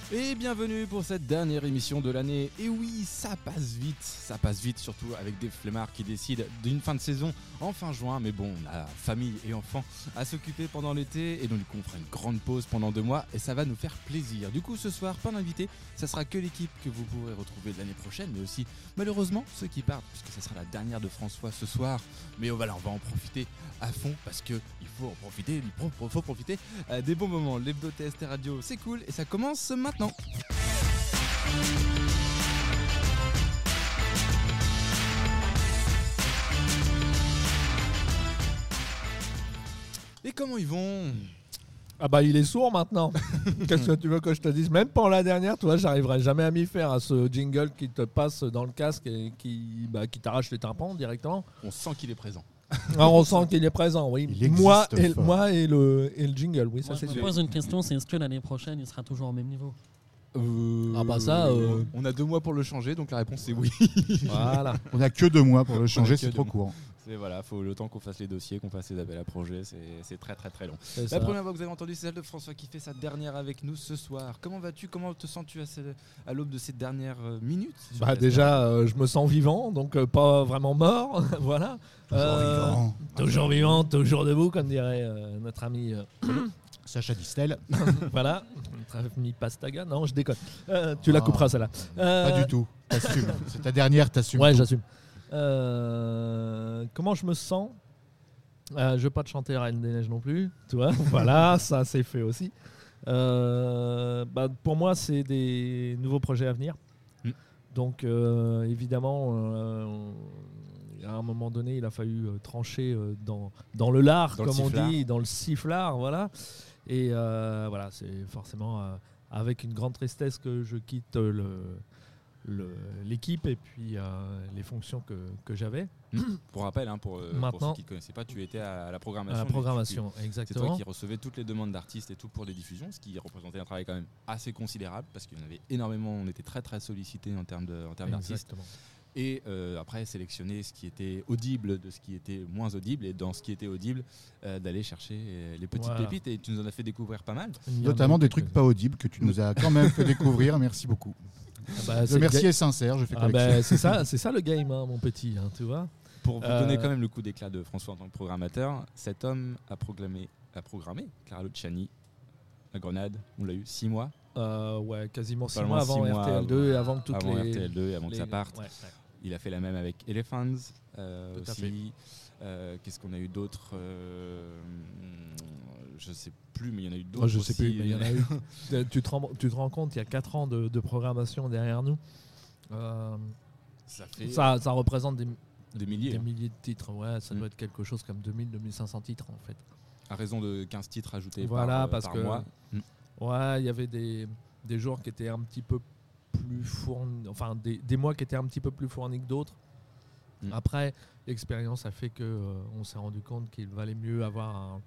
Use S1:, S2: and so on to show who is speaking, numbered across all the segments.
S1: Et bienvenue pour cette dernière émission de l'année. Et oui, ça passe vite surtout avec des flemmards qui décident d'une fin de saison en fin juin. Mais bon, on a famille et enfants à s'occuper pendant l'été et donc du coup on fera une grande pause pendant 2 mois et ça va nous faire plaisir. Du coup ce soir, pas d'invité, ça sera que l'équipe que vous pourrez retrouver l'année prochaine, mais aussi malheureusement ceux qui partent puisque ça sera la dernière de François ce soir. Mais voilà, on va en profiter à fond parce que il faut profiter des bons moments. L'Hebdo TST Radio, c'est cool et ça commence maintenant. Et comment ils vont ?
S2: Ah bah il est sourd maintenant. Qu'est-ce que tu veux que je te dise ? Même pendant la dernière, toi, j'arriverai jamais à m'y faire à ce jingle qui te passe dans le casque et qui t'arrache les tympans directement.
S1: On sent qu'il est présent.
S2: Alors, on sent qu'il est présent, oui. Moi et le jingle, oui, ça
S3: moi,
S2: c'est
S3: je me
S2: sûr.
S3: pose une question, c'est est-ce que l'année prochaine il sera toujours au même niveau ?
S2: Ah bah ça.
S1: On a 2 mois pour le changer, donc la réponse c'est oui.
S2: Voilà.
S4: On n'a que 2 mois pour le changer, c'est trop court.
S1: Voilà, faut le temps qu'on fasse les dossiers, qu'on fasse les appels à projets, c'est très très très long.
S2: C'est
S1: La
S2: ça.
S1: première fois que vous avez entendu, c'est celle de François qui fait sa dernière avec nous ce soir. Comment vas-tu ? Comment te sens-tu à l'aube de ces dernières minutes ?
S2: Bah déjà, je me sens vivant, donc pas vraiment mort, voilà. Toujours vivant, toujours debout, comme dirait notre ami
S4: Sacha Distel.
S2: voilà, notre ami Pastaga. Non, je déconne. Tu la couperas celle-là.
S4: Pas du tout. T'assumes. C'est ta dernière, t'assumes.
S2: Ouais,
S4: tout.
S2: j'assume. Comment je me sens ? Je vais pas te chanter Reine des Neiges non plus, tu vois. Voilà, ça c'est fait aussi. Pour moi, c'est des nouveaux projets à venir. Donc, évidemment, à un moment donné, il a fallu trancher dans le lard, comme on dit, dans le sifflard, voilà. Et voilà, c'est forcément avec une grande tristesse que je quitte l'équipe et puis les fonctions que j'avais.
S1: Pour rappel, pour ceux qui ne connaissaient pas, tu étais à la programmation.
S2: À la programmation,
S1: c'est
S2: exactement.
S1: toi qui recevais toutes les demandes d'artistes et tout pour les diffusions, ce qui représentait un travail quand même assez considérable parce qu'il y en avait énormément, on était très très sollicités en termes d'artistes.
S2: Exactement.
S1: Et après sélectionner ce qui était audible de ce qui était moins audible et dans ce qui était audible d'aller chercher les petites pépites et tu nous en as fait découvrir pas mal.
S4: Notamment des trucs pas audibles que tu nous as quand même fait découvrir, merci beaucoup. Le merci est sincère, je fais collection.
S2: C'est ça le game, mon petit, tu vois.
S1: Pour vous donner quand même le coup d'éclat de François en tant que programmateur, cet homme a programmé Clara Luciani à Grenade, on l'a eu 6 mois.
S2: Quasiment 6 mois avant RTL2 et avant que toutes
S1: avant RTL2 et avant que ça parte.
S2: Ouais.
S1: Il a fait la même avec Elephants
S2: Tout
S1: aussi. Qu'est-ce qu'on a eu d'autre je sais plus, mais il y en a eu d'autres.
S2: Je sais
S1: aussi.
S2: plus, mais il y en a eu. Tu te rends compte, il y a 4 ans de programmation derrière nous. Ça représente des milliers de titres. Ouais, ça doit être quelque chose comme 2000-2500 titres en fait.
S1: À raison de 15 titres ajoutés
S2: par
S1: mois.
S2: Ouais, il y avait des jours qui étaient un petit peu plus fournis, enfin des mois qui étaient un petit peu plus fournis que d'autres. Après, l'expérience a fait que on s'est rendu compte qu'il valait mieux avoir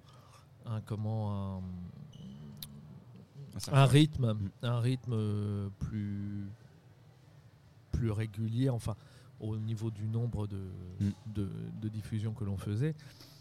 S2: un rythme plus régulier, enfin au niveau du nombre de diffusions que l'on faisait.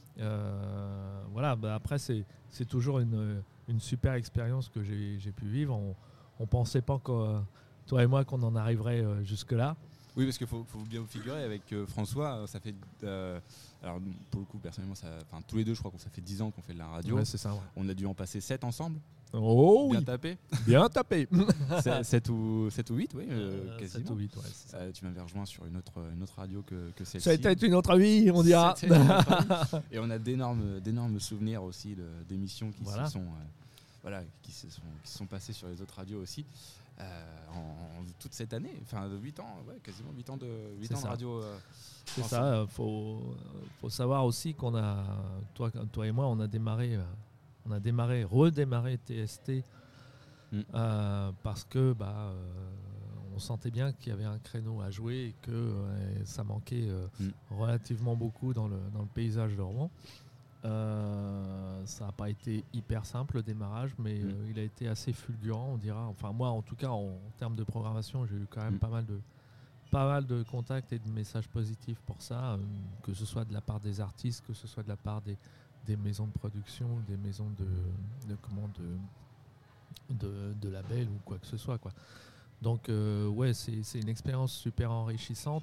S2: Après c'est toujours une super expérience que j'ai pu vivre. On pensait pas toi et moi qu'on en arriverait jusque là.
S1: Oui, parce qu'il faut bien vous figurer avec François, ça fait alors pour le coup personnellement tous les deux je crois qu'on ça fait 10 ans qu'on fait de la radio.
S2: Ouais, c'est ça, ouais.
S1: On a dû en passer 7 ensemble.
S2: Oh
S1: bien
S2: oui.
S1: tapé.
S2: Bien tapé.
S1: 7 ou 8, oui, quasiment.
S2: 7 ou 8, ouais.
S1: Tu m'avais rejoint sur une autre radio que celle-ci.
S2: Ça a été une autre vie, on dira.
S1: Et on a d'énormes souvenirs aussi d'émissions qui se sont passées sur les autres radios aussi. En toute cette année, 8 ans, quasiment 8 ans de radio.
S2: C'est ça, faut savoir aussi qu'on a, toi et moi, on a redémarré TST parce que on sentait bien qu'il y avait un créneau à jouer et que ça manquait relativement beaucoup dans le paysage de Rouen. Ça n'a pas été hyper simple le démarrage, mais il a été assez fulgurant, on dira. Enfin moi en tout cas en termes de programmation, j'ai eu quand même pas mal de contacts et de messages positifs pour ça, que ce soit de la part des artistes, que ce soit de la part des maisons de production, des maisons de label ou quoi que ce soit, quoi. Donc ouais, c'est une expérience super enrichissante.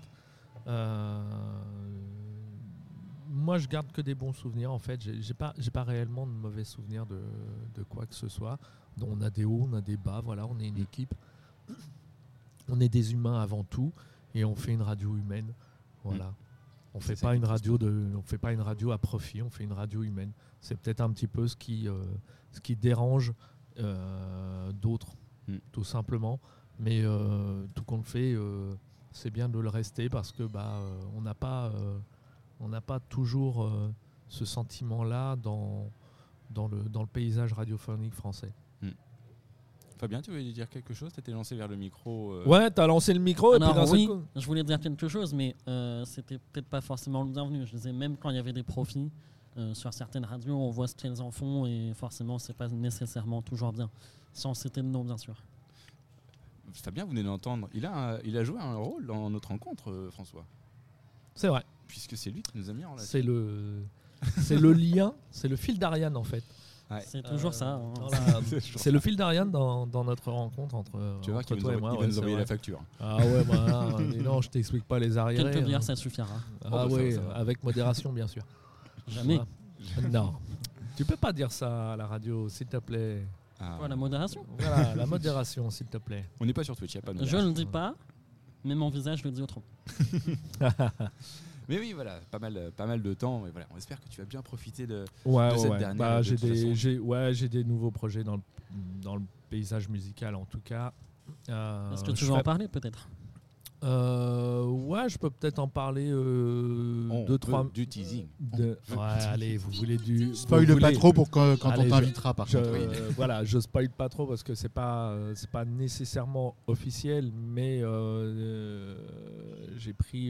S2: Moi, je garde que des bons souvenirs. En fait, j'ai pas réellement de mauvais souvenirs de quoi que ce soit. Donc, on a des hauts, on a des bas. Voilà, on est une équipe. On est des humains avant tout, et on fait une radio humaine. Voilà. On fait pas une radio à profit. On fait une radio humaine. C'est peut-être un petit peu ce qui dérange d'autres, tout simplement. Mais tout qu'on le fait, c'est bien de le rester parce que on n'a pas toujours ce sentiment-là dans le paysage radiophonique français.
S1: Fabien, tu voulais dire quelque chose ? Tu étais lancé vers le micro.
S2: Ouais, tu as lancé le micro.
S3: Alors, oui, je voulais dire quelque chose, mais c'était peut-être pas forcément le bienvenu. Je disais, même quand il y avait des profits sur certaines radios, on voit ce qu'elles en font et forcément, c'est pas nécessairement toujours bien. Sans citer de nom, bien sûr.
S1: Fabien, vous venez d'entendre. Il a joué un rôle dans notre rencontre, François.
S2: C'est vrai.
S1: Puisque c'est lui qui nous a mis en relation.
S2: C'est le lien, c'est le fil d'Ariane en fait.
S3: Ouais. C'est toujours ça.
S2: C'est le fil d'Ariane dans notre rencontre entre.
S1: Tu vois qu'il va nous envoyer la facture.
S2: Ah ouais, mais non, je t'explique pas les arriérés.
S3: Quelques bières, ça suffira.
S2: Ah ouais, avec modération bien sûr.
S3: Jamais.
S2: Non. Tu peux pas dire ça à la radio, s'il te plaît.
S3: La modération.
S2: Voilà, la modération, s'il te plaît.
S1: On n'est pas sur Twitch, il n'y a pas de
S3: modération. Je ne le dis pas, mais mon visage le dit autrement.
S1: Mais oui, voilà, pas mal de temps. Et voilà, on espère que tu vas bien profiter de
S2: cette
S1: dernière.
S2: J'ai des nouveaux projets dans le paysage musical, en tout cas.
S3: Est-ce que tu veux en parler, peut-être ?
S2: Ouais, je peux peut-être en parler 2-3
S1: du teasing.
S2: Allez, vous voulez du
S4: spoil pas trop pour quand on t'invitera par contre.
S2: Voilà, je spoil pas trop parce que c'est pas nécessairement officiel, mais j'ai pris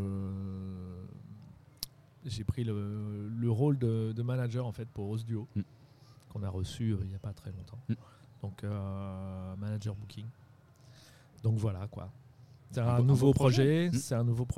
S2: le rôle de manager en fait pour Osduo qu'on a reçu il y a pas très longtemps. Donc manager booking. Donc voilà quoi. C'est un nouveau projet, c'est un nouveau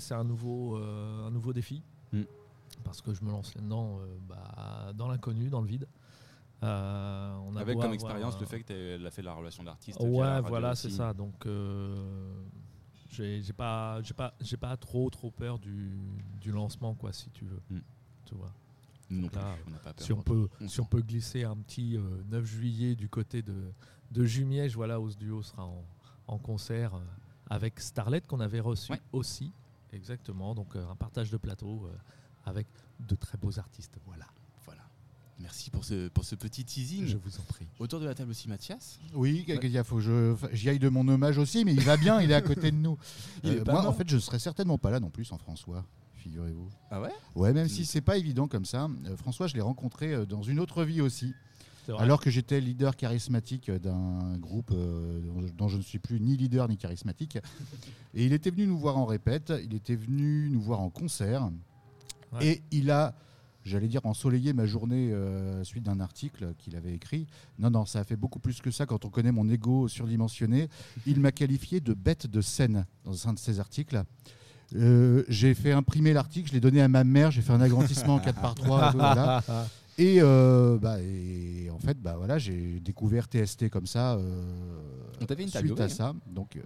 S2: défi. Parce que je me lance là-dedans dans l'inconnu, dans le vide.
S1: Avec comme expérience le fait que tu as fait la relation d'artiste.
S2: Ouais, voilà, c'est ça. Donc j'ai pas trop peur du lancement, quoi, si tu veux. Tu vois.
S1: Non plus, on n'a pas peur.
S2: Si on peut glisser un petit 9 juillet du côté de Jumièges, voilà, Osduo sera en concert. Avec Starlet qu'on avait reçu aussi, exactement. Donc un partage de plateau avec de très beaux artistes. Voilà.
S1: Merci pour ce petit teasing.
S2: Je vous en prie.
S1: Autour de la table aussi, Mathias.
S4: Oui, il faut que j'y aille de mon hommage aussi, mais il va bien, il est à côté de nous. Moi, en fait, je serais certainement pas là non plus sans François. Figurez-vous.
S1: Ah ouais ?
S4: Ouais, même si c'est pas évident comme ça. François, je l'ai rencontré dans une autre vie aussi. Alors que j'étais leader charismatique d'un groupe dont je ne suis plus ni leader ni charismatique. Et il était venu nous voir en répète, il était venu nous voir en concert. Ouais. Et il a, j'allais dire, ensoleillé ma journée suite d'un article qu'il avait écrit. Non, ça a fait beaucoup plus que ça quand on connaît mon ego surdimensionné. Il m'a qualifié de bête de scène dans un de ses articles. J'ai fait imprimer l'article, je l'ai donné à ma mère, j'ai fait un agrandissement en 4x3. Voilà. Et en fait, voilà, j'ai découvert TST comme ça suite à ça. Donc,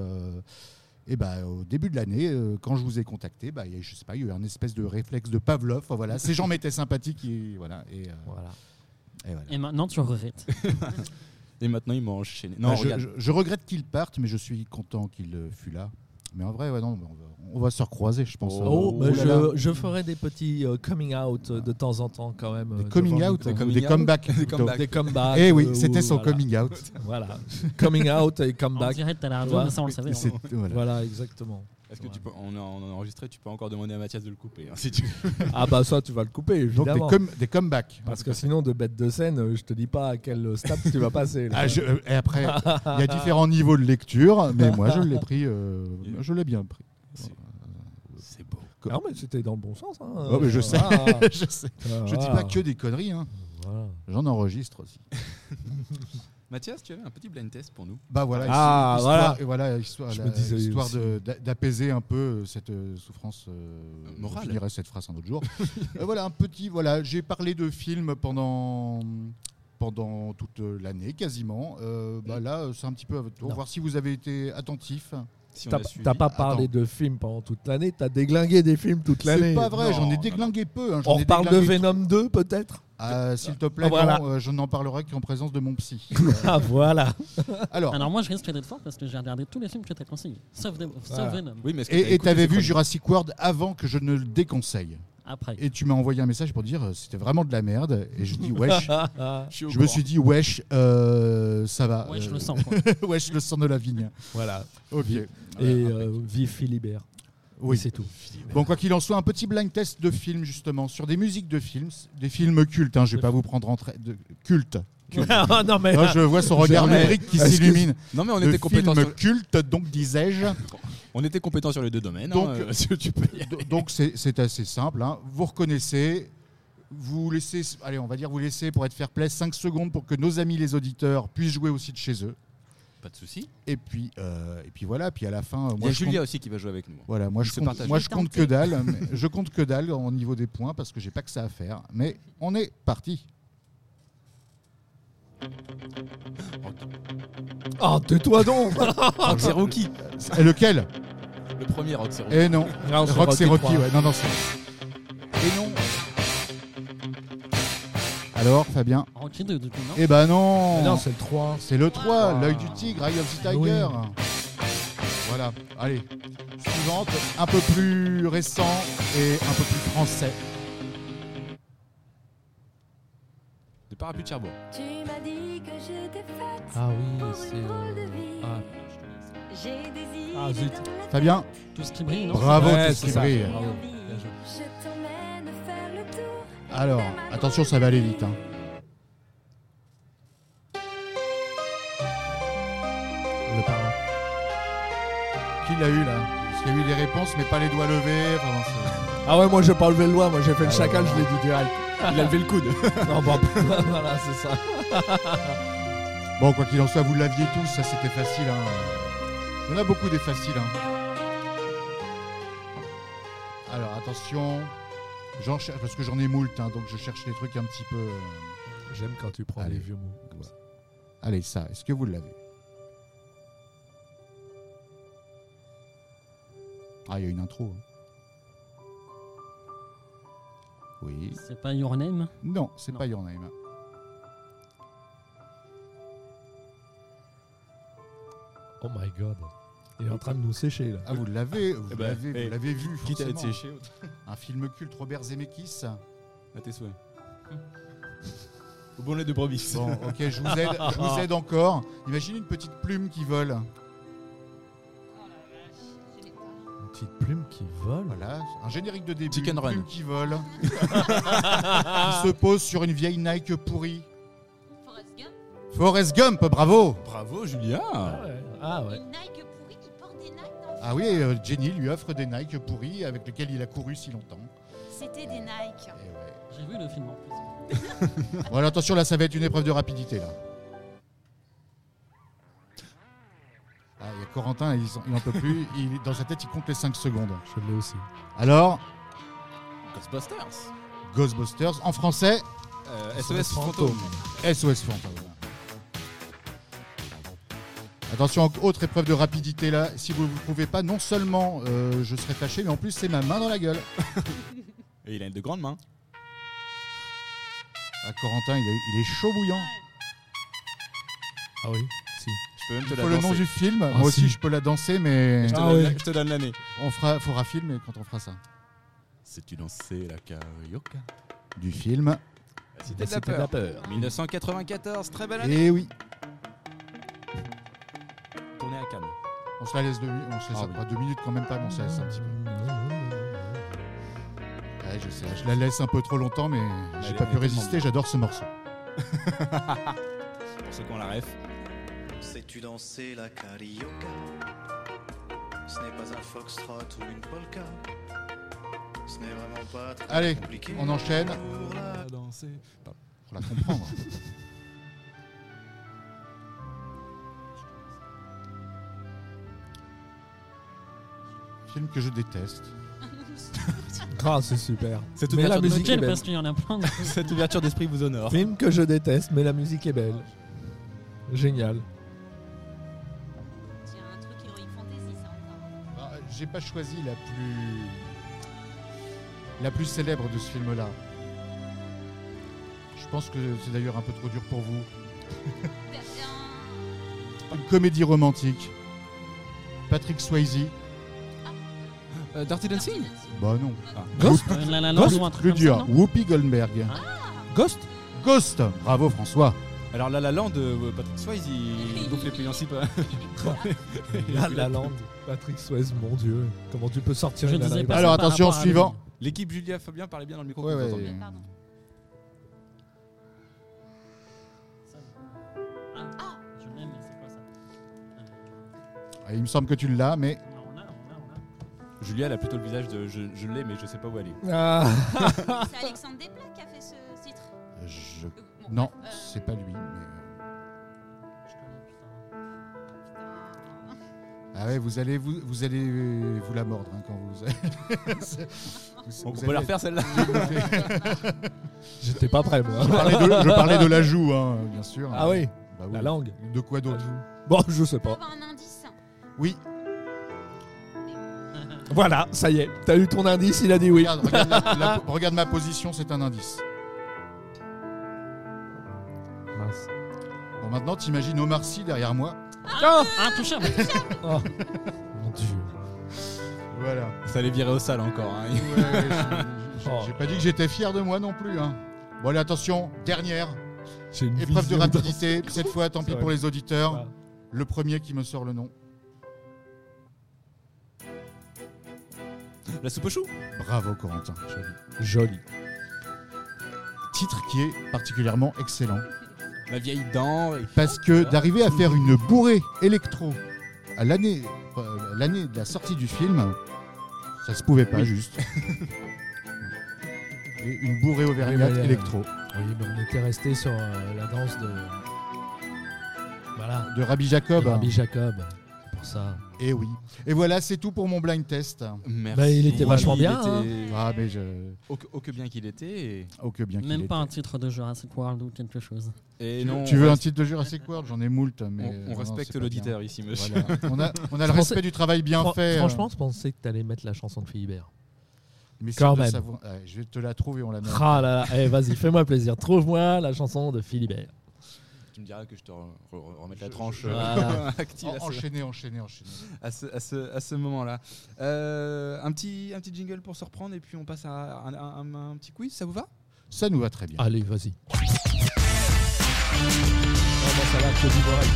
S4: au début de l'année, quand je vous ai contacté, je sais pas, il y a eu un espèce de réflexe de Pavlov. Voilà, ces gens m'étaient sympathiques et voilà.
S3: Et maintenant, tu regrettes.
S1: Et maintenant, il m'a enchaîné.
S4: Non, je regrette qu'il parte, mais je suis content qu'il fût là. Mais en vrai, on va se recroiser, je pense.
S2: Je ferai des petits coming out de temps en temps quand même.
S4: Des coming out, des comebacks.
S2: Des comebacks.
S4: Eh oui, c'était son coming out.
S2: Voilà, coming out et comeback.
S3: En direct à la radio, mais ça on le savait.
S2: Voilà, exactement.
S1: Est-ce que on a enregistré, tu peux encore demander à Mathias de le couper si tu veux.
S2: Ah ça tu vas le couper évidemment.
S4: Donc des comebacks.
S2: Parce que sinon de bête de scène, je te dis pas à quel stade tu vas passer.
S4: Et après, il y a différents niveaux de lecture, mais moi je l'ai pris, je l'ai bien pris.
S1: C'est beau.
S2: Non mais c'était dans le bon sens.
S4: Oh, mais je sais, je sais. Je dis pas que des conneries. Voilà. J'en enregistre aussi.
S1: Mathias, tu avais un petit blind test pour nous.
S4: Histoire d'apaiser un peu cette souffrance
S1: morale.
S4: Je finirai cette phrase un autre jour. Voilà, j'ai parlé de films pendant pendant toute l'année quasiment. Là, c'est un petit peu à votre tour. Voir si vous avez été attentif.
S2: Si t'as pas parlé de films pendant toute l'année, t'as déglingué des films toute l'année.
S4: C'est pas vrai, j'en ai déglingué peu.
S2: On reparle de Venom 2 peut-être.
S4: S'il te plaît, non, je n'en parlerai qu'en présence de mon psy.
S2: Ah voilà.
S3: Alors moi je risque d'être fort parce que j'ai regardé tous les films que tu as conseillés, sauf Venom.
S4: Oui, et tu avais vu Jurassic World avant que je ne le déconseille.
S3: Après.
S4: Et tu m'as envoyé un message pour dire c'était vraiment de la merde. Et je dis wesh. Je me suis dit wesh, ça va.
S3: Wesh le sang.
S4: Wesh le sang de la vigne.
S2: Voilà.
S4: Ok.
S2: Et vive Philibert.
S4: Oui,
S2: c'est tout.
S4: Bon, quoi qu'il en soit, un petit blind test de films justement sur des musiques de films, des films cultes. Je vais pas vous prendre en de culte.
S2: Non, mais
S4: je vois son regard lubrique qui s'illumine.
S1: Non mais on était compétents
S4: sur culte, donc disais-je.
S1: On était compétents sur les deux domaines.
S4: Donc,
S1: tu peux
S4: donc c'est assez simple. Vous reconnaissez. Vous laissez, allez, on va dire vous laissez pour être fair play 5 secondes pour que nos amis les auditeurs puissent jouer aussi de chez eux.
S1: Pas de souci.
S4: Et puis voilà. Puis à la fin,
S1: il y a Julia aussi qui va jouer avec nous.
S4: Voilà, moi je compte que dalle. Je compte que dalle au niveau des points parce que j'ai pas que ça à faire. Mais on est parti.
S2: Oh, tais-toi donc.
S1: Roxy Rocky.
S4: Et lequel?
S1: Le premier Roxy Rocky.
S4: Et non. Roxy Rocky, ouais. Non, c'est. Et non. Alors, Fabien?
S3: Rocky 2, du coup, non?
S4: Eh ben non.
S2: Non, c'est le 3.
S4: C'est le 3, l'œil du tigre, Eye of the Tiger. Oui. Voilà. Allez. Suivante, un peu plus récent et un peu plus français.
S1: Des parapluies de Cherbourg.
S5: Tu m'as dit que j'étais faite.
S2: Ah oui, c'est.
S5: Zut.
S4: Fabien?
S3: Tout ce qui brille, non?
S4: Bravo, tout ce qui brille.
S5: Je t'emmène faire le tour.
S4: Alors, attention, ça va aller vite.
S2: Le parrain.
S4: Qui l'a eu là? Parce qu'il y a eu des réponses, mais pas les doigts levés.
S2: Ah ouais, moi j'ai pas levé le doigt, moi j'ai fait le chacal, je l'ai dit direct.
S1: Il a levé le coude.
S2: Non, bon, voilà, c'est ça.
S4: Bon, quoi qu'il en soit, vous l'aviez tous, ça c'était facile. Il y en a beaucoup des faciles. Alors attention, j'en cherche parce que j'en ai moult, donc je cherche des trucs un petit peu.
S2: J'aime quand tu prends les vieux mots.
S4: Ouais. Allez, ça, est-ce que vous l'avez? Ah, il y a une intro. Oui.
S3: C'est pas Your Name?
S4: Non, c'est pas Your Name.
S2: Oh my god. Il est en train de nous sécher là.
S4: Ah, vous l'avez, vous l'avez vu.
S1: Quitte à être
S4: forcément.
S1: séché.
S4: Un film culte, Robert Zemeckis.
S1: À tes souhaits. Au bonnet de brebis.
S4: Bon, ok, je vous aide encore. Imaginez une petite plume qui vole.
S2: Une petite plume qui vole.
S4: Voilà, un générique de début.
S1: Chicken
S4: une
S1: Run.
S4: plume qui vole. Qui se pose sur une vieille Nike pourrie. Forrest Gump, bravo.
S1: Bravo, Julia.
S2: Ah ouais.
S5: Une Nike pourrie qui porte des Nike dans le
S4: Ah oui, Jenny lui offre des Nike pourris avec lesquels il a couru si longtemps.
S5: C'était des Nike.
S4: Et ouais.
S3: J'ai vu le film en plus.
S4: Voilà, attention, là, ça va être une épreuve de rapidité, là. Ah, il y a Corentin, il n'en peut plus. Dans sa tête, il compte les 5 secondes.
S2: Je l'ai aussi.
S4: Alors,
S1: Ghostbusters.
S4: Ghostbusters, en français,
S1: SOS Fantôme.
S4: SOS Fantôme. Attention, autre épreuve de rapidité, là. Si vous ne vous trouvez pas, non seulement je serai fâché, mais en plus, c'est ma main dans la gueule.
S1: Et il a de grandes mains.
S4: Ah, Corentin, il est chaud bouillant.
S2: Ah oui, si.
S1: Je peux même te
S4: Il
S1: la
S4: faut le nom
S1: danser.
S4: du film.
S2: Ah,
S4: Moi aussi,
S2: si.
S4: je peux la danser, mais
S1: Je te donne l'année.
S4: faudra filmer quand on fera ça.
S1: Sais-tu danser la carioca?
S4: Du film.
S1: C'était de la peur. 1994, très belle année.
S4: Et oui.
S1: Tourné à Cannes.
S4: On se la laisse 2 minutes. On se laisse
S1: oui.
S4: pas 2 minutes quand même pas, mais on se la laisse un petit peu. Ouais, je sais, je la laisse un peu trop longtemps, mais j'ai
S1: Elle
S4: pas
S1: est
S4: pu
S1: tellement
S4: résister. J'adore ce morceau.
S1: Pour ceux qui ont la ref.
S6: Sais-tu danser la carioca? Ce n'est pas un foxtrot ou une polka. Ce n'est vraiment pas très
S4: Allez,
S6: compliqué.
S4: on enchaîne.
S6: Pour la
S1: Danser.
S4: Pour la comprendre. Film que je déteste.
S2: Ah, c'est super.
S1: Cette
S2: Mais la
S1: ouverture
S2: musique est belle.
S3: Parce qu'il y en a plein.
S1: Cette ouverture d'esprit vous honore.
S2: Film que je déteste, mais la musique est belle. Génial.
S5: Tiens, un truc Heroic Fantasy, ça encore.
S4: J'ai pas choisi la plus célèbre de ce film-là. Je pense que c'est d'ailleurs un peu trop dur pour vous. Une comédie romantique. Patrick Swayze.
S1: Dirty Dancing.
S4: Bah non.
S2: Ghost
S3: La La Land
S4: Ghost,
S3: ou un truc
S4: plus
S3: comme
S4: dur.
S3: ça, non
S4: Whoopi Goldberg.
S2: Ghost
S4: Ghost. Bravo François.
S1: Alors La La Land, Patrick Swayze, il bouffe les payants si peu.
S2: La Land. Patrick Swayze, mon Dieu. Comment tu peux sortir
S3: Je
S2: une
S3: disais
S2: nana
S3: pas
S4: Alors,
S3: ça par
S4: attention,
S3: rapport à
S4: suivant.
S3: lui.
S1: L'équipe Julia Fabien, parlez bien dans le micro.
S4: Ouais,
S1: qu'on vous
S4: ouais.
S1: entende bien.
S5: Pardon.
S3: Je l'aime, mais c'est quoi ça
S4: Il me semble que tu l'as, mais
S3: on a.
S1: Julia, elle a plutôt le visage de je l'ai, mais je sais pas où elle est.
S2: Ah.
S5: C'est Alexandre Desplat qui a fait ce titre.
S4: je...
S5: Bon,
S4: non,
S5: bref,
S4: c'est pas lui. Mais...
S3: Je connais, putain.
S4: Ah ouais, vous allez vous la mordre hein, quand vous.
S1: On peut la refaire celle-là.
S2: J'étais pas prêt, moi.
S4: Je parlais de la joue, hein, bien sûr.
S2: Ah oui,
S4: Bah
S2: la langue.
S4: De quoi d'autre
S2: Bon, je sais
S5: on peut
S2: pas.
S5: avoir un indice.
S4: Oui.
S2: Voilà, ça y est. T'as eu ton indice, il a dit oui.
S4: Regarde ma position, c'est un indice.
S2: Mince.
S4: Bon, maintenant, t'imagines Omar Sy derrière moi.
S3: Intouchable.
S2: Oh, mon Dieu.
S4: Voilà.
S1: Ça allait virer au sale encore. Hein.
S4: J'ai pas dit que j'étais fier de moi non plus. Hein. Bon, allez, attention, dernière.
S2: J'ai une
S4: Épreuve de
S2: vision
S4: rapidité. Cette fois, tant pis
S2: C'est
S4: pour
S2: vrai.
S4: les auditeurs.
S2: Voilà.
S4: Le premier qui me sort le nom.
S1: La soupe aux choux.
S4: Bravo, Corentin.
S2: Joli.
S4: Titre qui est particulièrement excellent.
S1: La vieille dent.
S4: Parce que d'arriver à faire une bourrée électro à l'année de la sortie du film, ça se pouvait pas juste. Et une bourrée auvergnate
S2: Oui, mais,
S4: électro
S2: Oui, mais on était resté sur la danse de. Voilà.
S4: de Rabbi Jacob.
S2: De Rabbi Jacob. C'est pour ça.
S4: Et oui. Et voilà, c'est tout pour mon blind test.
S1: Merci.
S2: Bah, il était vachement bien,
S4: Ah, mais
S1: Oh que bien qu'il était.
S4: oh que bien qu'il
S3: Même
S4: était.
S3: pas un titre de Jurassic World ou quelque chose.
S1: Et non,
S4: Tu veux un titre de Jurassic World? J'en ai moult, mais
S1: on
S4: non,
S1: respecte
S4: c'est pas
S1: l'auditeur
S4: bien.
S1: ici, monsieur.
S4: Voilà. On a le respect du travail bien fait.
S2: Franchement, je pensais que t'allais mettre la chanson de Philibert.
S4: Mais c'est
S2: quand
S4: de
S2: même.
S4: savoir- Ouais, je vais te la trouver, on la met.
S2: Ah là là, eh, vas-y, fais-moi plaisir. Trouve-moi la chanson de Philibert.
S1: Tu me diras que je te remette la tranche
S2: Voilà.
S1: active
S4: Enchaîner.
S1: à ce moment-là. Un petit jingle pour se reprendre et puis on passe à un petit quiz, ça vous va?
S4: Ça nous va très bien.
S2: Allez, vas-y. Comment ça va, Claudie Borel?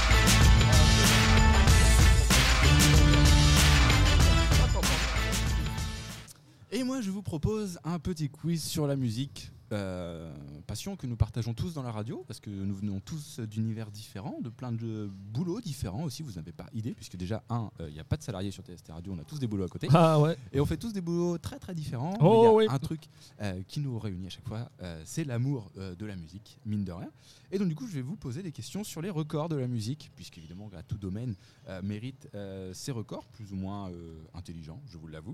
S1: Et moi, je vous propose un petit quiz sur la musique. Passion que nous partageons tous dans la radio, parce que nous venons tous d'univers différents, de plein de boulots différents aussi, vous n'avez pas idée, puisque déjà, il n'y a pas de salariés sur TST Radio, on a tous des boulots à côté,
S2: Ah ouais.
S1: et on fait tous des boulots très très différents.
S2: Oh,
S1: mais il y a
S2: oui.
S1: un truc qui nous réunit à chaque fois, c'est l'amour de la musique, mine de rien. Et donc du coup, je vais vous poser des questions sur les records de la musique, puisqu'évidemment, tout domaine mérite ses records, plus ou moins intelligents, je vous l'avoue.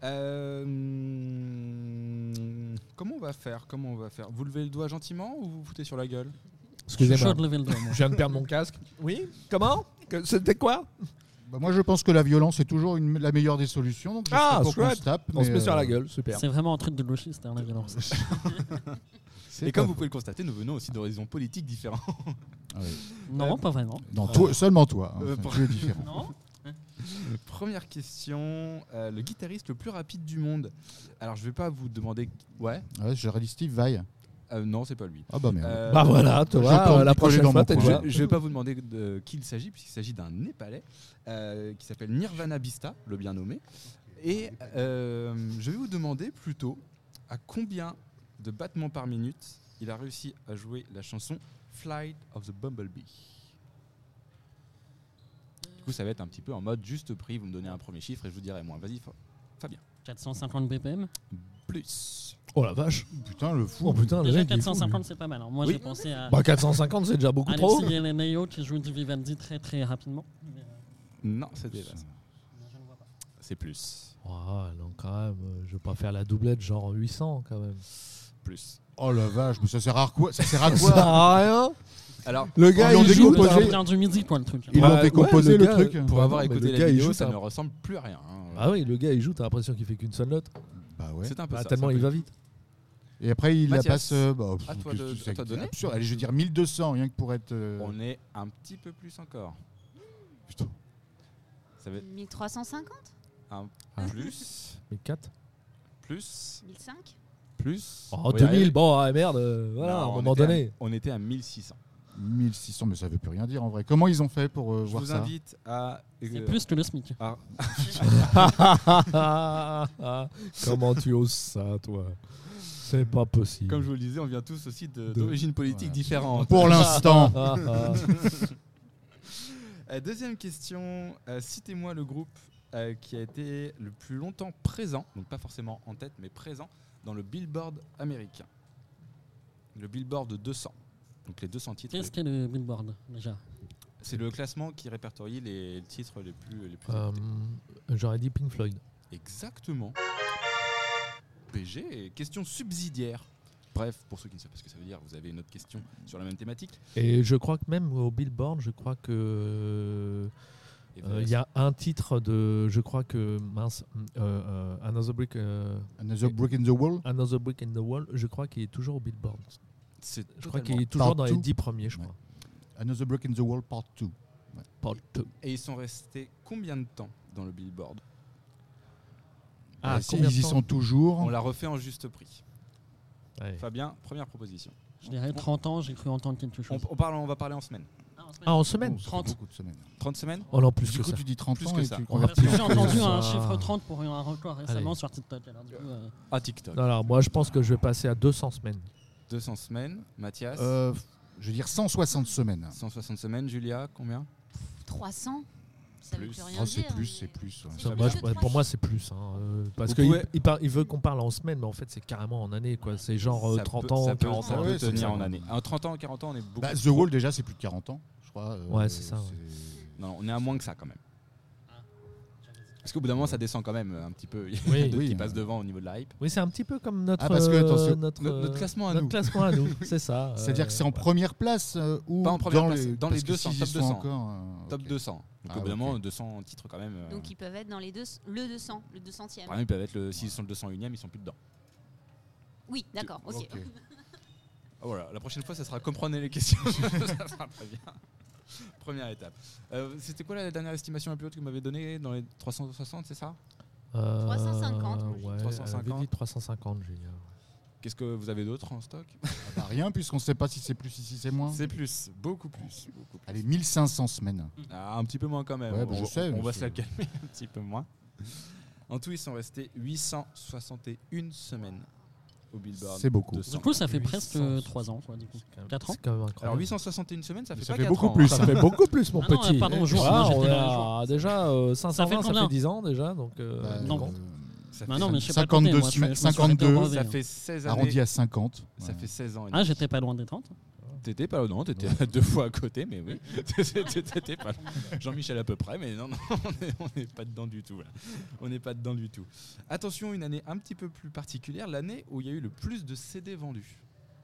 S1: Comment on va faire? Vous levez le doigt gentiment ou vous vous foutez sur la gueule?
S3: Je suis chaud
S2: Excusez-moi.
S3: de lever le doigt, moi.
S2: Je viens de perdre mon casque. Oui. Comment? C'était quoi?
S4: Bah, moi, je pense que la violence est toujours la meilleure des solutions. Donc je
S2: Ah,
S4: serais pour qu'on
S2: chouette.
S4: se tape.
S2: On se
S4: mais,
S2: met sur la gueule, super.
S3: C'est vraiment un truc de gauchiste, hein, la violence.
S4: c'est
S1: Et
S4: pas
S1: comme vous
S4: faux.
S1: pouvez le constater, nous venons aussi d'horizons politiques différents.
S4: Ah oui.
S3: Non, pas vraiment.
S4: Non, seulement toi. Hein,
S1: pour-
S4: tu es différent.
S3: Non.
S1: Première question, le guitariste le plus rapide du monde. Alors je vais pas vous demander... Ouais,
S4: Ouais, j'aurais dit Steve Vai.
S1: non c'est pas lui.
S4: Ah bah merde.
S2: Bah voilà, tu
S4: Je peux
S2: vois,
S4: me
S2: la
S4: coller
S2: prochaine
S4: dans
S2: fois,
S4: mon
S2: t'es
S4: coin.
S2: déjà.
S1: Je vais pas vous demander de qui il s'agit, puisqu'il s'agit d'un Népalais qui s'appelle Nirvana Bista, le bien nommé. Et je vais vous demander plutôt à combien de battements par minute il a réussi à jouer la chanson Flight of the Bumblebee. Du coup, ça va être un petit peu en mode juste prix. Vous me donnez un premier chiffre et je vous dirai moins. Vas-y, Fabien.
S3: 450 BPM.
S1: Plus.
S2: Oh la vache.
S4: Putain, le fou.
S2: Oh putain, le
S3: Déjà
S2: mec, il est fou,
S3: 450,
S2: lui.
S3: c'est pas mal. Alors, moi,
S1: Oui.
S3: j'ai pensé à
S2: Bah 450, c'est déjà beaucoup trop.
S3: Alexis Yeleneyo qui joue du Vivaldi très très rapidement.
S1: Non, c'était pas ça.
S3: Je ne vois pas.
S1: c'est plus.
S2: Donc quand même, je vais pas faire la doublette genre 800 quand même.
S1: Plus.
S4: Oh la vache, mais ça sert à quoi? Ça sert à
S2: Ça
S4: quoi?
S2: sert à rien.
S1: Alors,
S2: Le gars,
S4: ils
S2: il joue.
S4: décomposé.
S3: C'est bien du midi, quoi, le truc.
S4: Ils l'ont décomposé,
S2: le
S4: le
S2: gars,
S4: truc.
S1: pour
S2: Bah
S1: avoir
S2: non, mais
S1: écouté
S2: le
S1: la
S2: gars, il
S1: vidéo,
S2: joue,
S1: ça
S2: ça.
S1: ne ressemble plus à rien.
S2: Ah oui, le gars, il joue, t'as l'impression qu'il fait qu'une seule note.
S4: Bah ouais.
S1: C'est un peu ça.
S2: Tellement
S1: c'est un
S2: il
S1: peu-
S2: va vite.
S4: Et après, il la
S1: Mathias,
S4: passe.
S1: à toi de-
S4: c'est
S1: à toi de donner.
S4: absurde. Allez, je veux dire 1200, rien que pour être.
S1: On est un petit peu plus encore.
S4: Putain.
S1: Ça va être
S5: 1350
S1: un plus,
S2: 1004.
S1: plus,
S5: 1005
S1: plus.
S2: Oh,
S1: On va y
S2: 2000,
S1: arriver.
S2: bon, merde. Voilà,
S1: Non,
S2: à un
S1: on
S2: moment
S1: était
S2: donné.
S1: on était à 1600.
S4: 1600, mais ça veut plus rien dire en vrai. Comment ils ont fait pour
S1: Je
S4: voir
S1: vous
S4: ça?
S1: invite à.
S3: C'est plus que le SMIC.
S2: Comment tu oses ça, toi? C'est pas possible.
S1: Comme je vous le disais, on vient tous aussi
S2: De-
S1: d'origines politiques
S4: Voilà.
S1: différentes.
S4: Pour l'instant.
S1: Deuxième question. Citez-moi le groupe qui a été le plus longtemps présent, donc pas forcément en tête, mais présent dans le Billboard américain. Le Billboard 200. Donc les 200 titres.
S3: Qu'est-ce qu'est le Billboard, déjà?
S1: C'est le classement qui répertorie les titres les plus écoutés.
S2: J'aurais dit Pink Floyd.
S1: Exactement. PG, question subsidiaire. Bref, pour ceux qui ne savent pas ce que ça veut dire, vous avez une autre question sur la même thématique.
S2: Et je crois que même au Billboard, je crois que
S1: Et vous
S2: il y a un titre de, je crois que Another Brick,
S4: Another Brick in the Wall.
S2: Another Brick in the Wall, je crois qu'il est toujours au Billboard.
S1: c'est
S2: Je crois
S1: totalement-
S2: qu'il est toujours dans les
S4: Partout.
S2: 10 premiers, je
S4: Ouais.
S2: crois.
S4: Another Brick in the Wall Part 2.
S2: Part 2.
S1: Et ils sont restés combien de temps dans le Billboard?
S2: Ah,
S4: Ils
S2: combien de
S4: y
S2: temps
S4: sont toujours.
S1: On l'a refait en juste prix.
S2: Ouais.
S1: Fabien, première proposition.
S3: Je dirais 30 ans, j'ai cru entendre quelque chose.
S1: On va parler en semaine.
S2: Ah, en semaine
S4: Oh, ça fait
S3: 30.
S4: beaucoup de semaines.
S1: 30 semaines?
S2: Oh non, plus
S4: Du
S2: que
S4: coup,
S2: ça.
S4: tu dis 30
S1: Plus
S4: ans
S1: que
S4: et
S1: ça.
S4: tu
S3: Parce que
S4: convertis.
S3: j'ai entendu un
S2: ça.
S3: chiffre 30 pour un record récemment
S2: Allez.
S3: sur TikTok. Alors, du coup,
S1: À TikTok.
S2: Non, alors moi je pense que je vais passer à 200 semaines.
S1: 200 semaines. Mathias,
S4: Je veux dire 160 semaines.
S1: 160 semaines. Julia, combien?
S5: 300 Ça veut
S1: Plus.
S5: plus rien
S4: Oh, c'est
S5: dire.
S4: plus,
S5: mais-
S4: c'est plus. ouais.
S5: C'est
S2: Ça,
S5: plus
S2: moi,
S5: que
S2: je- pour
S5: 300.
S2: moi c'est plus. Parce
S1: Vous
S2: qu'il
S1: pouvez-
S2: il veut qu'on parle en semaine, mais en fait c'est carrément en année. Quoi. C'est genre
S1: Ça
S2: 30
S1: peut-
S2: ans,
S1: ça peut,
S2: 40
S1: ça
S2: ans.
S1: peut
S4: ouais, c'est
S1: tenir
S4: ça.
S1: en année. En 30 ans, 40 ans, on est beaucoup.
S4: Bah, The Wall, déjà, c'est plus de 40 ans, je crois.
S2: Ouais, c'est ça, ouais.
S1: Non, on est à moins que ça quand même. Parce qu'au bout d'un moment, ça descend quand même un petit peu. Il y a
S2: Oui.
S1: d'autres
S4: Oui,
S1: qui
S4: hein.
S1: passent devant au niveau de la hype.
S2: Oui, c'est un petit peu comme notre,
S4: Ah, parce que, attention,
S1: Notre classement à
S2: notre
S1: nous.
S2: classement à nous, c'est ça.
S4: C'est-à-dire que c'est en première place ou
S1: Pas en première
S4: dans
S1: place,
S4: les,
S1: dans
S4: parce
S1: les
S4: que
S1: 200,
S4: s'ils y
S1: top
S4: sont
S1: 200.
S4: encore,
S1: Top
S4: ok.
S1: 200. Donc
S4: Ah,
S1: au bout d'un moment,
S4: ok.
S1: 200 titres quand même.
S5: Donc ils peuvent être dans le 200, le 200e.
S1: Par exemple, ils peuvent être s'ils sont le 201e, ils sont plus dedans.
S5: Oui, d'accord, ok.
S4: Ok.
S1: Ah, voilà, la prochaine fois, ça sera comprenez les questions. Ça sera très bien. Première étape. C'était quoi la dernière estimation la plus haute que vous m'avez donnée dans les 360, c'est ça?
S5: 350, moi, j'ai dit.
S2: Ouais,
S1: 350.
S2: elle avait dit 350, Julien.
S1: Qu'est-ce que vous avez d'autre en stock?
S4: Ah bah, rien, puisqu'on ne sait pas si c'est plus, si c'est moins.
S1: C'est plus, beaucoup plus. Beaucoup plus.
S4: Allez, 1500 semaines.
S1: Ah, un petit peu moins quand même.
S4: Ouais, bah,
S1: on,
S4: je sais,
S1: on
S4: mais
S1: va
S4: c'est-
S1: se la calmer un petit peu moins. En tout, ils sont restés 861 semaines au Billboard.
S4: C'est beaucoup.
S1: 200.
S3: du coup, ça fait presque
S2: 800.
S3: 3 ans. Quoi, du coup.
S2: C'est quand même-
S3: 4 ans.
S2: C'est quand même
S1: Alors
S2: incroyable.
S1: 861 semaines, ça fait
S4: Ça
S1: pas
S4: fait
S1: 4
S4: beaucoup
S1: ans,
S4: plus.
S1: hein.
S2: Ça fait beaucoup plus, mon
S3: Ah non,
S2: petit.
S3: pardon, jour,
S2: Voilà,
S3: moi,
S2: on
S3: j'étais
S2: est
S3: dans les
S2: à déjà 520, ça fait
S3: combien
S2: 10 ans déjà. Donc,
S4: Bah,
S3: non.
S2: compte.
S1: Ça
S3: Bah
S1: fait,
S3: non, mais je sais pas
S4: 52
S3: compter, moi, je me suis arrêté au
S4: 52,
S3: brevet,
S1: ça
S3: hein.
S1: fait 16 années.
S4: arrondi à 50.
S1: Ça
S4: Ouais.
S1: fait 16 ans. et
S3: Ah,
S1: demi.
S3: j'étais pas loin des 30.
S1: T'étais pas loin, non, t'étais à 2 fois à côté, mais oui. T'étais pas loin. Jean-Michel à peu près, mais non, on n'est pas dedans du tout. Là. On n'est pas dedans du tout. Attention, une année un petit peu plus particulière, l'année où il y a eu le plus de CD vendus.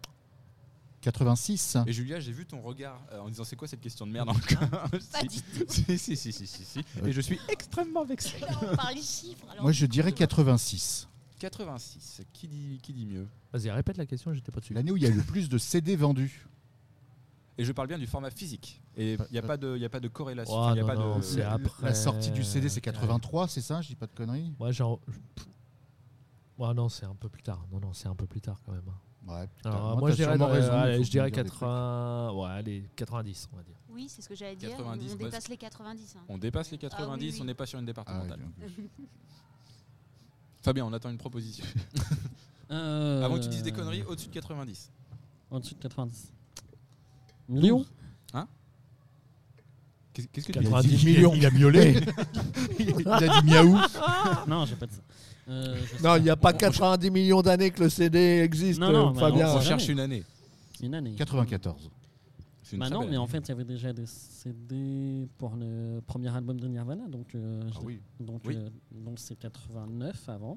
S4: 86.
S1: Et Julia, j'ai vu ton regard en disant c'est quoi cette question de merde encore?
S5: Pas
S1: Si.
S5: du tout.
S1: Si. Et je suis extrêmement vexé.
S5: On parle chiffres. Alors.
S4: Moi, je dirais 86.
S1: 86, qui dit mieux?
S2: Vas-y, répète la question, j'étais pas dessus.
S4: L'année où il y a eu le plus de CD vendus.
S1: Et je parle bien du format physique. Et il n'y a pas de corrélation.
S2: Oh,
S1: Enfin, y a
S2: non,
S1: pas
S2: non,
S1: de...
S2: c'est après.
S4: La sortie du CD, c'est 83, c'est ça? Je dis pas de conneries?
S2: Moi, genre. Non, c'est un peu plus tard. Non, c'est un peu plus tard quand même.
S4: Ouais.
S2: Alors,
S4: Moi,
S2: moi,
S4: t'as
S2: je dirais,
S4: sûrement raison, il
S2: allez,
S4: faut
S2: je dirais
S4: me dire des
S2: 80. Ouais, allez, 90, on va dire.
S5: Oui, c'est ce que j'allais dire.
S1: 90,
S5: On
S1: bah,
S5: dépasse les 90. hein.
S1: On dépasse les 90,
S5: oui.
S1: on n'est pas sur une
S4: Ah,
S1: départementale.
S4: ok.
S1: Fabien, on attend une proposition. Avant que tu dises des conneries, au-dessus de 90.
S3: Au-dessus de 90. Millions.
S1: Qu'est-ce que tu dis?
S2: 90 millions.
S4: Il a miaulé. Il a dit miaou.
S3: Non, j'ai pas dit ça. Je sais
S2: Non, il n'y a pas 90 millions d'années que le CD existe,
S3: Non, non, mais
S2: Fabien.
S1: On
S3: on
S1: cherche
S3: jamais.
S1: une année.
S3: Une année.
S4: 94.
S1: C'est une
S3: Bah
S1: très
S3: non,
S1: belle
S3: mais en
S1: année.
S3: fait, il y avait déjà des CD pour le premier album de Nirvana, donc
S1: oui.
S3: donc
S1: Oui.
S3: donc c'est 89 avant,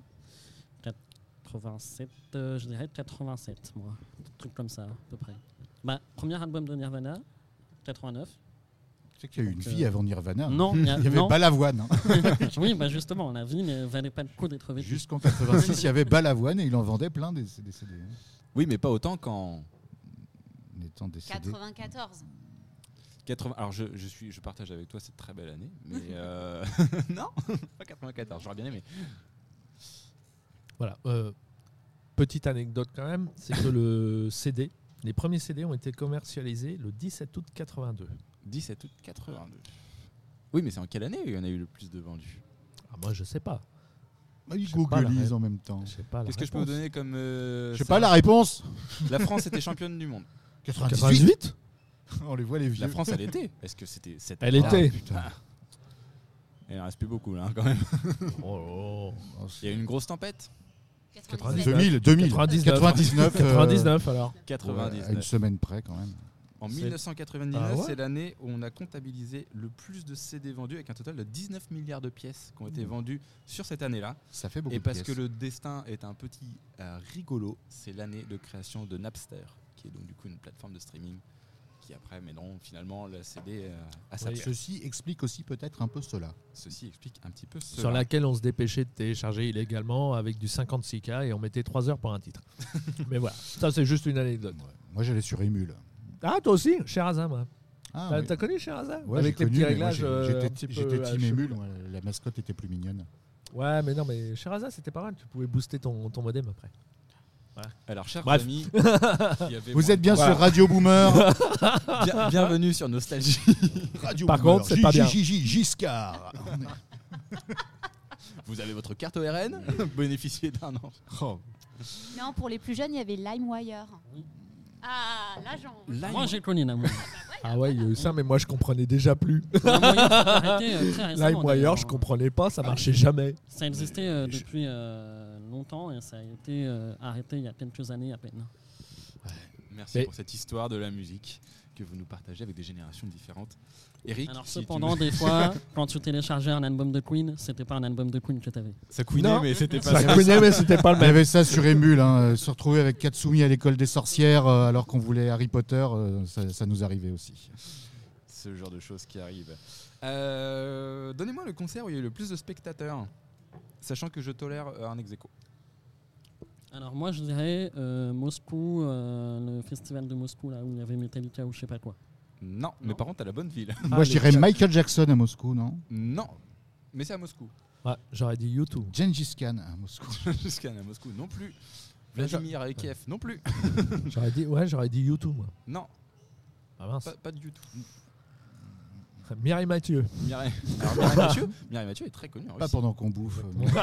S3: 87, je dirais 87 moi, un truc comme ça à peu près. Bah premier album de Nirvana, 89.
S4: Tu sais qu'il y a eu une
S3: Donc,
S4: vie avant Nirvana.
S3: Non,
S4: il y avait
S3: non.
S4: Balavoine. Hein.
S3: Oui, bah justement, la vie ne valait pas le coup d'être vécue.
S4: Jusqu'en 86, il y avait Balavoine et il en vendait plein des CD.
S1: Oui, mais pas autant qu'en
S4: En étant décédé.
S5: 94.
S1: 80. Alors je partage avec toi cette très belle année, mais non, pas 94. J'aurais bien aimé.
S2: Voilà. Petite anecdote quand même, c'est que les premiers CD ont été commercialisés le 17 août 82.
S1: 17 août 82. Oui, mais c'est en quelle année il y en a eu le plus de vendus?
S2: Ah, moi, je sais pas.
S4: Ils
S2: Je sais pas la
S4: googlisent
S2: ré-
S4: en même temps.
S2: Je sais pas.
S1: Qu'est-ce que je peux vous donner comme
S4: Je sais pas la réponse.
S1: La France était championne du monde.
S2: 98
S4: On les voit les vieux.
S1: La France, elle était. Est-ce que c'était cette
S2: Elle
S1: année-là?
S2: était.
S4: Putain.
S1: Il en reste plus beaucoup là, hein, quand même.
S2: Oh,
S1: Il y a eu une grosse tempête.
S5: 97.
S4: 2000,
S2: 99. 99 alors.
S4: à une
S1: 99.
S4: semaine près quand même.
S1: En
S2: C'est-
S1: 1999,
S2: Ah ouais
S1: c'est l'année où on a comptabilisé le plus de CD vendus avec un total de 19 milliards de pièces qui ont été vendues sur cette année-là.
S4: Ça fait beaucoup
S1: Et
S4: de
S1: parce
S4: pièces.
S1: que le destin est un petit rigolo, c'est l'année de création de Napster, qui est donc du coup une plateforme de streaming qui après, mais non, finalement, le CD a sa
S2: Oui.
S1: place.
S4: Ceci explique aussi peut-être un peu cela.
S1: Ceci explique un petit peu cela.
S2: Sur laquelle on se dépêchait de télécharger illégalement avec du 56K et on mettait 3 heures pour un titre. Mais voilà, ça c'est juste une anecdote.
S4: Ouais. Moi j'allais sur Emule.
S2: Ah, toi aussi, Sherazade, moi.
S4: Ah,
S2: T'as
S4: oui.
S2: t'as connu Sherazade
S4: Ouais,
S2: avec
S4: j'ai
S2: les
S4: connu,
S2: petits
S4: mais moi,
S2: réglages. un petit peu
S4: J'étais
S2: à
S4: team
S2: cheveux.
S4: Emule, moi, la mascotte était plus mignonne.
S2: Ouais, mais non, mais Sherazade c'était pas mal. Tu pouvais booster ton modem après.
S1: Alors, chers
S2: Bref.
S1: amis, qui avez
S4: Vous
S1: moins
S4: êtes bien
S2: Voilà.
S4: sur Radio Boomer.
S1: bienvenue sur Nostalgie.
S4: Radio
S2: Par
S4: Boomer.
S2: contre, c'est pas bien.
S4: Giscard.
S1: Vous avez votre carte ORN, bénéficiez d'un an.
S4: Oh.
S5: Non, pour les plus jeunes, il y avait LimeWire. Ah, l'agent.
S3: Moi j'ai connu l'amour.
S2: Ah ouais, il y a eu ça, mais moi je comprenais déjà plus.
S3: LimeWire, ça a arrêté très récemment,
S2: LimeWire,
S3: d'ailleurs.
S2: je comprenais pas, ça marchait jamais.
S3: Ça existait depuis longtemps et ça a été arrêté il y a quelques années à peine.
S1: Merci
S2: Mais-
S1: pour cette histoire de la musique que vous nous partagez avec des générations différentes. Eric,
S3: Alors
S1: si
S3: cependant, des fois, quand tu téléchargeais un album de Queen, c'était pas un album de Queen que t'avais.
S1: ça couinait,
S2: Non.
S1: mais c'était pas
S2: Ça
S1: ça.
S2: cognait, mais c'était pas le
S4: Il y
S2: même.
S4: avait ça sur Emule, hein, se retrouver avec Katsumi à l'école des sorcières alors qu'on voulait Harry Potter, ça nous arrivait aussi.
S1: Ce genre de choses qui arrivent. Donnez-moi le concert où il y a eu le plus de spectateurs, sachant que je tolère un ex-aequo.
S3: Alors moi je dirais Moscou, le festival de Moscou là où il y avait Metallica ou je sais pas quoi.
S1: Non, mais par contre, à la bonne ville.
S4: Moi je dirais Michael Jackson à Moscou, non?
S1: Non, mais c'est à Moscou.
S2: Ouais, j'aurais dit YouTube.
S4: Gengis Khan à Moscou.
S1: Jusqu'à à Moscou, non plus. Vladimir à Kiev, non plus.
S2: J'aurais dit YouTube, moi.
S1: Non,
S2: Ah mince.
S1: pas du tout.
S2: Mireille Mathieu.
S1: Mireille Mathieu est très connu en
S4: Pas
S1: Russie.
S4: pendant qu'on bouffe.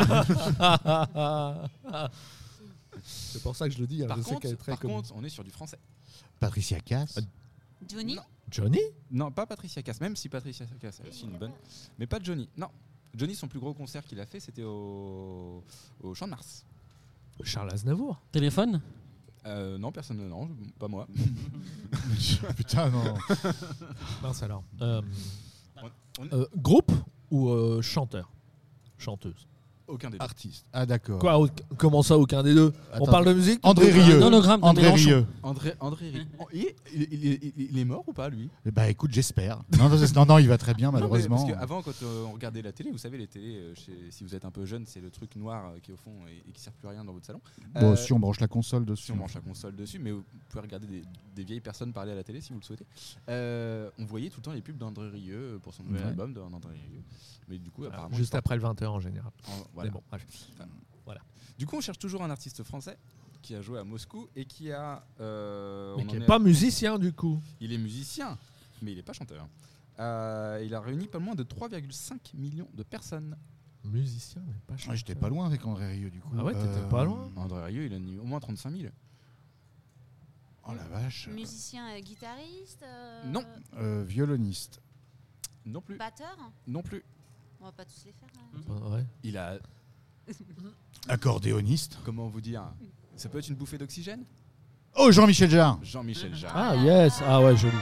S2: C'est pour ça que je le dis, hein,
S1: Par
S2: je sais qu'elle est
S1: contre,
S2: très connue.
S1: on est sur du français.
S4: Patricia Cass.
S5: Johnny.
S1: Non.
S2: Johnny
S1: Non, pas Patricia Cass, même si Patricia Cass a aussi une bonne. Mais pas Johnny. Non. Johnny, son plus gros concert qu'il a fait, c'était au Champ de Mars.
S2: Charles Aznavour.
S3: Téléphone.
S1: Non, personne, non, pas moi.
S4: Putain, non.
S2: Mince alors.
S1: On-
S2: Groupe ou chanteur? Chanteuse.
S1: Aucun des deux.
S4: Artiste. Ah d'accord.
S2: Quoi comment ça, aucun des deux?
S4: Attends.
S2: On parle de musique?
S4: André
S3: Un
S4: Rieu.
S3: hologramme de
S4: André
S3: Mélenchon.
S4: Rieu.
S1: André Rieu. Il est mort ou pas, lui?
S4: Bah écoute, j'espère. Non, il va très bien malheureusement.
S1: Non, mais parce qu'avant, quand on regardait la télé, vous savez, les télés, si vous êtes un peu jeune, c'est le truc noir qui est au fond et qui sert plus à rien dans votre salon.
S4: Bon, si on branche la console dessus.
S1: Si on branche la console dessus, mais vous pouvez regarder des vieilles personnes parler à la télé si vous le souhaitez. On voyait tout le temps les pubs d'André Rieu pour son nouvel
S4: Ouais.
S1: album d'André Rieu. Mais du coup, apparemment.
S2: Juste
S1: il
S2: après le 20h en général.
S1: voilà.
S2: Mais bon, bref.
S1: Du coup, on cherche toujours un artiste français qui a joué à Moscou et qui a.
S2: Mais
S1: on
S2: qui
S1: en
S2: n'est
S1: est
S2: pas
S1: à-
S2: musicien du coup.
S1: Il est musicien, mais il n'est pas chanteur. Il a réuni pas moins de 3,5 millions de personnes.
S2: Musicien, mais pas chanteur.
S4: Ah, j'étais pas loin avec André Rieu du coup.
S2: Ah ouais, t'étais pas loin.
S1: André Rieu, il a eu au moins 35 000.
S4: Oh la vache.
S5: Musicien, guitariste.
S1: Non.
S4: Violoniste.
S1: Non plus.
S5: Batteur.
S1: Non plus.
S5: On va pas tous les faire. Hein.
S2: Ouais.
S1: Il a.
S4: Accordéoniste.
S1: Comment vous dire? Ça peut être une bouffée d'oxygène?
S4: Oh, Jean-Michel Jarre.
S1: Jean-Michel Jarre.
S2: Ah yes, ah ouais, joli.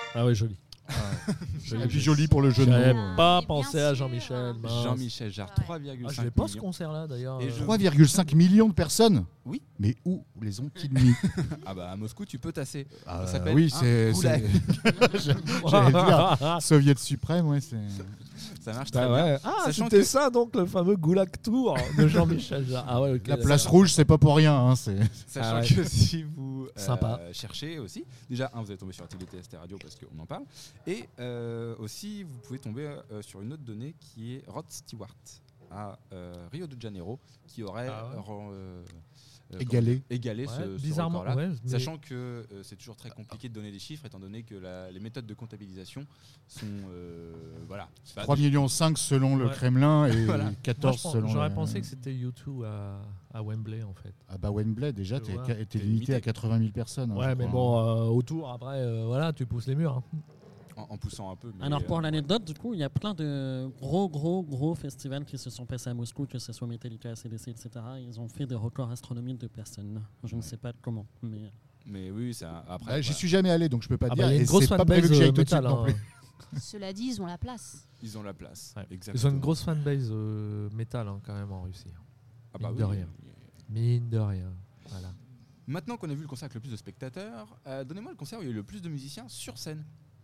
S2: Ah ouais, joli.
S4: Et puis joli pour le jeu de
S2: J'avais
S4: mots.
S2: pas
S5: Mais
S2: pensé
S5: bien
S2: à
S5: sûr.
S2: Jean-Michel. mince.
S1: Jean-Michel Jarre,
S5: Ouais.
S1: 3,5
S2: Je l'ai pas ce
S1: millions.
S2: concert-là d'ailleurs.
S1: Et je-
S4: 3,5 millions de personnes.
S1: Oui.
S4: Mais où les ont-ils mis?
S1: Ah bah à Moscou, tu peux tasser.
S4: Ah,
S1: Ça s'appelle
S4: oui,
S1: un
S4: c'est.
S1: goulag.
S4: J'allais dire, Soviet suprême, ouais, c'est.
S1: Ça marche très
S2: Ah,
S1: bien.
S2: ouais.
S1: Sachant
S2: C'était
S1: que-
S2: ça donc le fameux Goulag Tour de Jean-Michel Jarre. Ah ouais, ok,
S4: La
S2: d'accord.
S4: place rouge, c'est pas pour rien. Hein, c'est.
S1: Sachant
S2: Ah ouais.
S1: que si vous
S2: Sympa.
S1: cherchez aussi, déjà, vous allez tomber sur TST Radio parce qu'on en parle, et aussi vous pouvez tomber sur une autre donnée qui est Rod Stewart à Rio de Janeiro, qui aurait
S4: Égalé.
S1: égalé
S2: Ouais,
S1: ce
S2: bizarrement,
S1: record-là.
S2: ouais, mais-
S1: Sachant que c'est toujours très compliqué de donner des chiffres, étant donné que les méthodes de comptabilisation sont voilà. C'est pas
S4: 3,5 millions selon le
S2: Ouais.
S4: Kremlin et
S1: Voilà.
S4: 14
S2: Moi,
S4: selon.
S2: j'aurais
S4: le-
S2: pensé que c'était U2 à Wembley en fait.
S4: Ah bah Wembley, déjà,
S2: Tu
S4: t'es
S2: vois.
S4: t'es limité à 80 000 personnes. hein,
S2: Ouais,
S4: je
S2: mais
S4: crois.
S2: bon, autour, après, voilà, tu pousses les murs. hein.
S1: en poussant un peu. Mais,
S3: Alors pour l'anecdote, du coup, il y a plein de gros festivals qui se sont passés à Moscou, que ce soit Metallica, ACDC, etc. Ils ont fait des records astronomiques de personnes. Je ne sais pas comment, mais
S1: Mais oui, ça après.
S4: Ouais, j'y
S1: voilà.
S4: suis jamais allé, donc je peux pas
S2: Ah
S4: dire.
S2: bah, il y a
S4: et
S2: une grosse
S4: c'est pas prévu
S2: fanbase
S4: que j'y aille tout de suite
S2: métal.
S4: non plus.
S5: Cela dit, ils ont la place.
S1: Ils ont la place.
S2: Ouais. Ils
S1: Exactement.
S2: ont une grosse fanbase métal quand même en Russie.
S1: Ah bah
S2: mine
S1: oui,
S2: de rien. Mine de rien. Voilà.
S1: Maintenant qu'on a vu le concert avec le plus de spectateurs, donnez-moi le concert où il y a eu le plus de musiciens sur scène.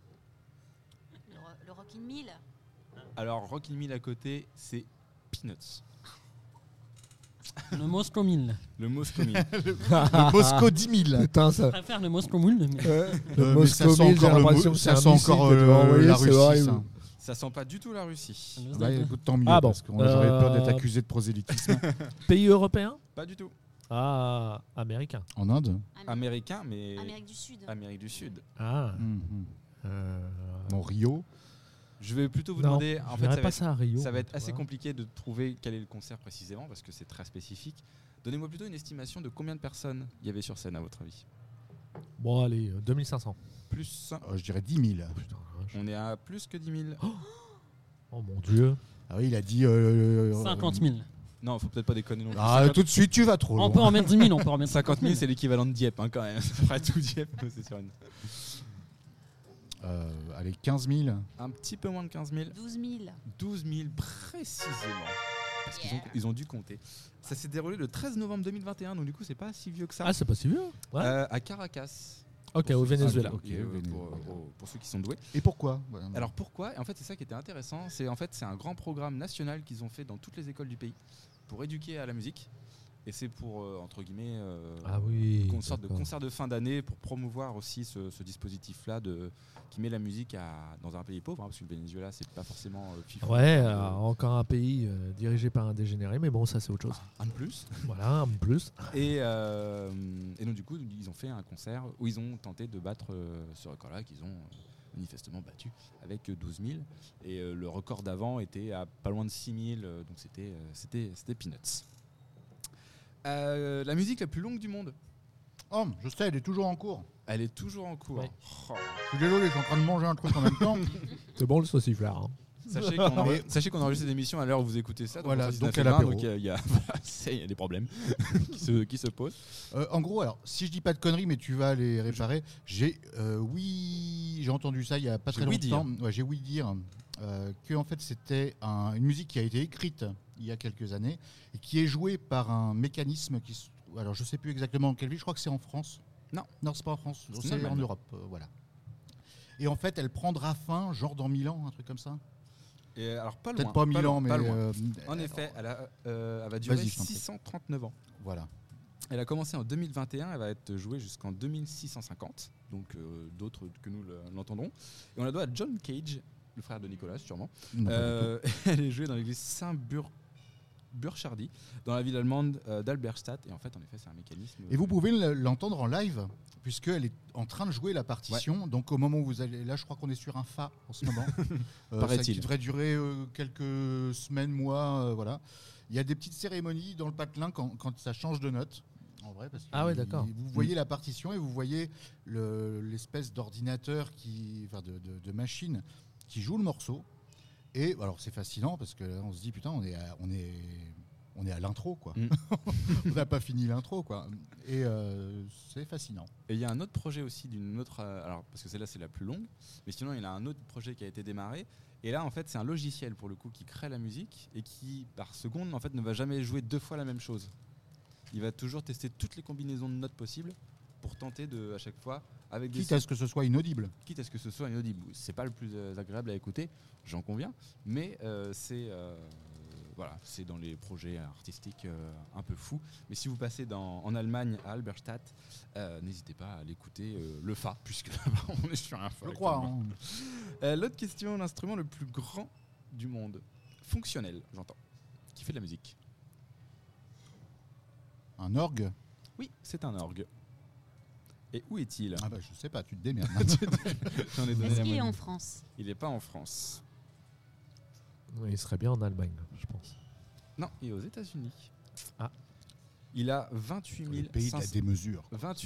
S5: Le Rock in Mill.
S1: Alors, Rock in Mill à côté, c'est Peanuts.
S3: le Moscow Mule.
S1: Le Moscow Mill.
S4: Le Moscow 10 000.
S2: Putain,
S3: Je
S2: ça.
S3: préfère le Moscow Mule, mais
S2: Le
S4: Mais ça
S2: Moscow
S4: sent
S2: Mille, j'ai
S4: encore le
S2: l'impression
S4: mo-
S2: que
S4: ça
S2: c'est
S4: sent
S2: un missile
S4: encore
S2: que tu vas envoyer,
S4: la
S2: c'est
S4: Russie.
S2: horrible.
S4: Ça.
S1: Ça sent pas du tout la Russie.
S3: le
S4: Ouais,
S3: Zagou.
S4: écoute, tant mieux,
S2: Ah bon.
S4: parce que j'aurais peur d'être
S2: Euh,
S4: accusé de prosélytisme.
S2: Pays européen?
S1: Pas du tout.
S2: Ah, américain.
S4: En Inde.
S1: Américain, mais
S5: Amérique du Sud.
S1: Amérique du Sud.
S2: Ah.
S4: Mhm.
S2: Euh,
S4: Bon, Rio.
S1: Je vais plutôt vous
S2: non,
S1: demander. En
S2: je
S1: fait,
S2: verrais
S1: ça va
S2: pas
S1: être,
S2: ça à Rio.
S1: ça va
S2: moi,
S1: être
S2: tu
S1: assez
S2: vois.
S1: compliqué de trouver quel est le concert précisément parce que c'est très spécifique. Donnez-moi plutôt une estimation de combien de personnes il y avait sur scène à votre avis.
S2: Bon, allez, 2500.
S1: Plus.
S4: Je dirais 10 000.
S2: Putain, la vache.
S1: On est à plus que 10 000.
S2: Oh mon dieu.
S4: Ah oui, il a dit.
S3: 50 000.
S1: Non, faut peut-être pas déconner non plus.
S4: Ah,
S1: 50
S4: tout de suite, tu vas trop
S3: On peut
S4: loin.
S3: en mettre 10 000, on peut en mettre
S1: 50 000, c'est l'équivalent de Dieppe hein, quand même. Après tout Dieppe, c'est sur une.
S4: Allez, 15 000.
S1: Un petit peu moins de 15 000.
S5: 12 000.
S1: 12 000 précisément. Parce qu'ils ils ont dû compter. Ça s'est déroulé le 13 novembre 2021, donc du coup, c'est pas si vieux que ça.
S2: Ah, c'est pas si vieux. Ouais.
S1: À Caracas.
S2: Ok,
S1: Pour
S2: au
S1: ceux qui-
S2: Venezuela.
S1: ok,
S4: Venezuela.
S1: pour ceux qui sont doués.
S4: Et pourquoi Voilà.
S1: Alors pourquoi? Et en fait, c'est ça qui était intéressant. C'est un grand programme national qu'ils ont fait dans toutes les écoles du pays pour éduquer à la musique. Et c'est pour, entre guillemets,
S2: Ah oui.
S1: une sorte de
S2: d'accord.
S1: concert de fin d'année pour promouvoir aussi ce dispositif-là qui met la musique dans un pays pauvre, hein, parce que le Venezuela, c'est pas forcément fifou.
S2: Ouais, encore un pays dirigé par un dégénéré, mais bon, ça c'est autre chose.
S1: Un de plus.
S2: Voilà, un plus.
S1: Et donc du coup, ils ont fait un concert où ils ont tenté de battre ce record-là qu'ils ont manifestement battu avec 12 000. Et le record d'avant était à pas loin de 6 000, donc c'était Peanuts. La musique la plus longue du monde.
S4: Oh, je sais, elle est toujours en cours.
S1: Elle est toujours en cours.
S2: Ouais.
S1: Oh.
S4: Je suis désolé, je suis en train de manger un truc en même temps.
S2: C'est bon le sauciflard. Hein.
S1: Sachez qu'on enregistre cette émission à l'heure où vous écoutez ça.
S4: Voilà,
S1: on sera
S4: donc
S1: 19
S4: à
S1: et 20,
S4: l'apéro.
S1: donc il y a des problèmes qui se posent.
S4: En gros, alors, si je dis pas de conneries, mais tu vas les réparer, j'ai entendu ça il y a pas
S1: J'ai
S4: très
S1: ouï
S4: longtemps. Ouais, j'ai ouï dire que en fait c'était une musique qui a été écrite il y a quelques années et qui est jouée par un mécanisme qui alors je sais plus exactement dans quelle ville, je crois que c'est en France. Non, c'est pas en France,
S1: C'est en
S4: c'est en
S1: Allemagne.
S4: Europe, voilà. Et en fait, elle prendra fin genre dans 1000 ans, un truc comme ça.
S1: Et alors pas loin.
S4: Peut-être pas 1000 ans, mais
S1: pas loin.
S4: euh,
S1: En effet, elle va durer
S4: Vas-y, je t'en prie.
S1: 639 ans.
S4: voilà.
S1: Elle a commencé en 2021, elle va être jouée jusqu'en 2650, donc d'autres que nous l'entendrons. Et on la doit à John Cage, le frère de Nicolas sûrement.
S4: Non, pas du tout.
S1: Elle est jouée dans l'église Saint-Burchardi, dans la ville allemande d'Alberstadt. Et en fait, c'est un mécanisme.
S4: Et vous pouvez l'entendre en live, puisqu'elle est en train de jouer la partition. Donc au moment où vous allez... Là, je crois qu'on est sur un Fa en ce moment. Ça
S1: Paraît-il.
S4: qui devrait durer quelques semaines, mois. Voilà. Il y a des petites cérémonies dans le patelin quand ça change de note. En vrai, parce que
S2: Ah ouais, d'accord.
S4: vous voyez la partition et vous voyez l'espèce d'ordinateur, de machine qui joue le morceau. Et alors c'est fascinant parce que là, on se dit putain, on est on est à l'intro, quoi. On n'a pas fini l'intro, quoi. Et c'est fascinant.
S1: Et il y a un autre projet aussi d'une autre... alors, parce que celle-là, c'est la plus longue. Mais sinon, il y a un autre projet qui a été démarré. Et là, en fait, c'est un logiciel, pour le coup, qui crée la musique et qui, par seconde, en fait, ne va jamais jouer 2 fois la même chose. Il va toujours tester toutes les combinaisons de notes possibles pour tenter de, à chaque fois, avec des...
S4: Quitte à ce que ce soit inaudible.
S1: Quitte à ce que ce soit inaudible. C'est pas le plus agréable à écouter, j'en conviens. Mais c'est... voilà, c'est dans les projets artistiques un peu fous. Mais si vous passez en Allemagne, à Halberstadt, n'hésitez pas à l'écouter, le Fa, puisque on est sur un Fa.
S4: Je crois.
S1: L'autre question, l'instrument le plus grand du monde, fonctionnel, j'entends, qui fait de la musique.
S4: Un orgue.
S1: Oui, c'est un orgue. Et où est-il?
S4: Ah bah je sais pas, tu te démerdes.
S1: J'en ai donné
S5: Est-ce
S1: la
S5: qu'il est
S1: moyenne.
S5: en France?
S1: Il n'est pas en France.
S2: Oui, il serait bien en Allemagne, je pense.
S1: Non, il est aux États-Unis.
S2: Ah.
S1: Il a 28
S4: Le pays de la
S1: 500
S4: démesure.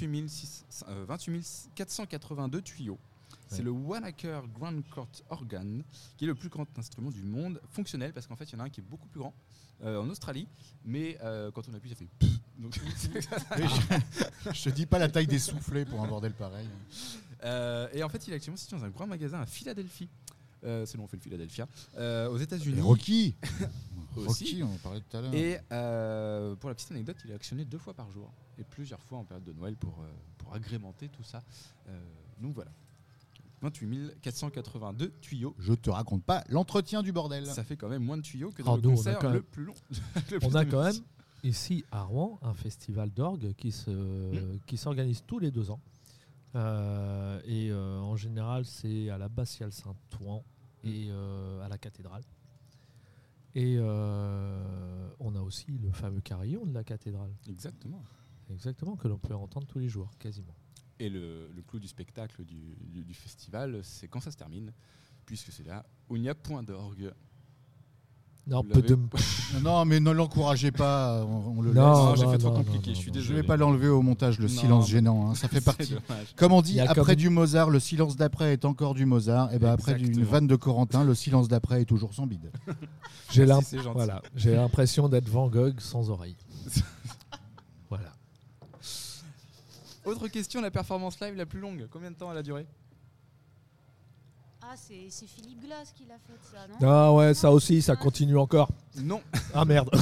S1: 28 482 tuyaux. C'est
S2: Ouais.
S1: le Wanacre Grand Court Organ, qui est le plus grand instrument du monde, fonctionnel, parce qu'en fait, il y en a un qui est beaucoup plus grand, en Australie, mais quand on appuie, ça fait... Donc,
S4: Je te dis pas la taille des soufflets pour un bordel pareil.
S1: et en fait, il est actuellement situé dans un grand magasin à Philadelphie. C'est long, on fait le Philadelphia. Aux États-Unis.
S4: Et Rocky.
S1: Aussi.
S4: Rocky, on en parlait tout à l'heure.
S1: Et pour la petite anecdote, il est actionné 2 fois par jour et plusieurs fois en période de Noël pour agrémenter tout ça. Donc voilà. 28 482 tuyaux.
S4: Je te raconte pas l'entretien du bordel.
S1: Ça fait quand même moins de tuyaux que dans
S2: Alors
S1: le
S2: nous,
S1: concert
S2: on a quand
S1: le
S2: même-
S1: plus long.
S2: On a quand même ici à Rouen un festival d'orgue qui s'organise tous les 2 ans. En général, c'est à l'abbatiale Saint-Ouen et à la cathédrale. Et on a aussi le fameux carillon de la cathédrale.
S1: Exactement.
S2: Exactement, que l'on peut entendre tous les jours, quasiment.
S1: Et le clou du spectacle du festival, c'est quand ça se termine, puisque c'est là où il n'y a point d'orgue.
S2: Non,
S1: Vous l'avez
S4: Non, mais ne l'encouragez pas, on le
S2: Non,
S4: laisse.
S1: j'ai fait trop
S2: non,
S1: compliqué,
S2: non,
S1: je suis
S2: non,
S4: Je
S1: désolé.
S4: vais pas l'enlever au montage, le
S1: Non,
S4: silence
S1: mais-
S4: gênant. Ça fait
S1: C'est
S4: partie.
S1: dommage.
S4: Comme on dit,
S2: Il y a
S4: après
S2: comme-
S4: du Mozart, le silence d'après est encore du Mozart. Et ben après d'une
S1: Exactement.
S4: vanne de Corentin, le silence d'après est toujours sans bide.
S2: J'ai
S1: Merci, c'est gentil.
S2: voilà, j'ai l'impression d'être Van Gogh sans oreille. Voilà.
S1: Autre question, la performance live la plus longue, combien de temps elle a duré?
S5: Ah, c'est Philippe Glass qui l'a fait ça, non?
S2: Ah ouais, ça aussi, ça continue encore.
S1: Non.
S2: Ah merde.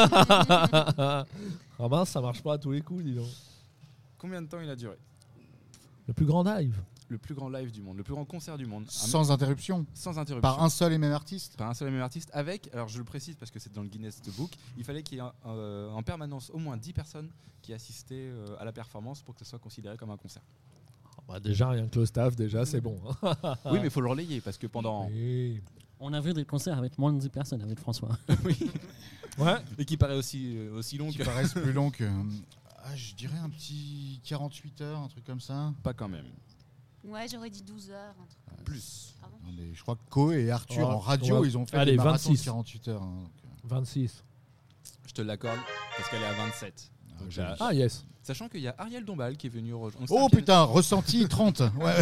S2: Ah mince, ça marche pas à tous les coups, dis donc.
S1: Combien de temps il a duré?
S2: Le plus grand live.
S1: Le plus grand live du monde, le plus grand concert du monde.
S4: Sans interruption.
S1: Sans interruption.
S4: Par un seul et même artiste.
S1: Par un seul et même artiste, avec, alors je le précise parce que c'est dans le Guinness Book, il fallait qu'il y ait en permanence au moins 10 personnes qui assistaient à la performance pour que ça soit considéré comme un concert.
S2: Bah déjà, rien que le staff, déjà, c'est bon.
S1: Oui, mais il faut le relayer parce que pendant.
S2: Oui.
S3: On a vu des concerts avec moins de 10 personnes avec François.
S2: Ouais.
S1: Et qui paraît aussi long
S4: Qui
S1: que.
S4: paraissent plus long que. Je dirais un petit 48 heures, un truc comme ça.
S1: Pas quand même.
S5: Ouais, j'aurais dit 12 heures. Un truc comme
S1: Plus.
S5: ça. Ah bon?
S4: Non, mais je crois que Ko et Arthur
S2: Oh,
S4: en radio,
S2: ouais.
S4: ils ont fait
S2: Allez,
S4: des marathons de
S2: 26.
S4: 48 heures. Hein, donc,
S2: 26.
S1: Je te l'accorde parce qu'elle est à 27. Donc,
S4: joli.
S2: Ah yes.
S1: Sachant qu'il y a Ariel Dombal qui est venu rejoindre.
S4: Oh putain, ressenti 30. Ouais.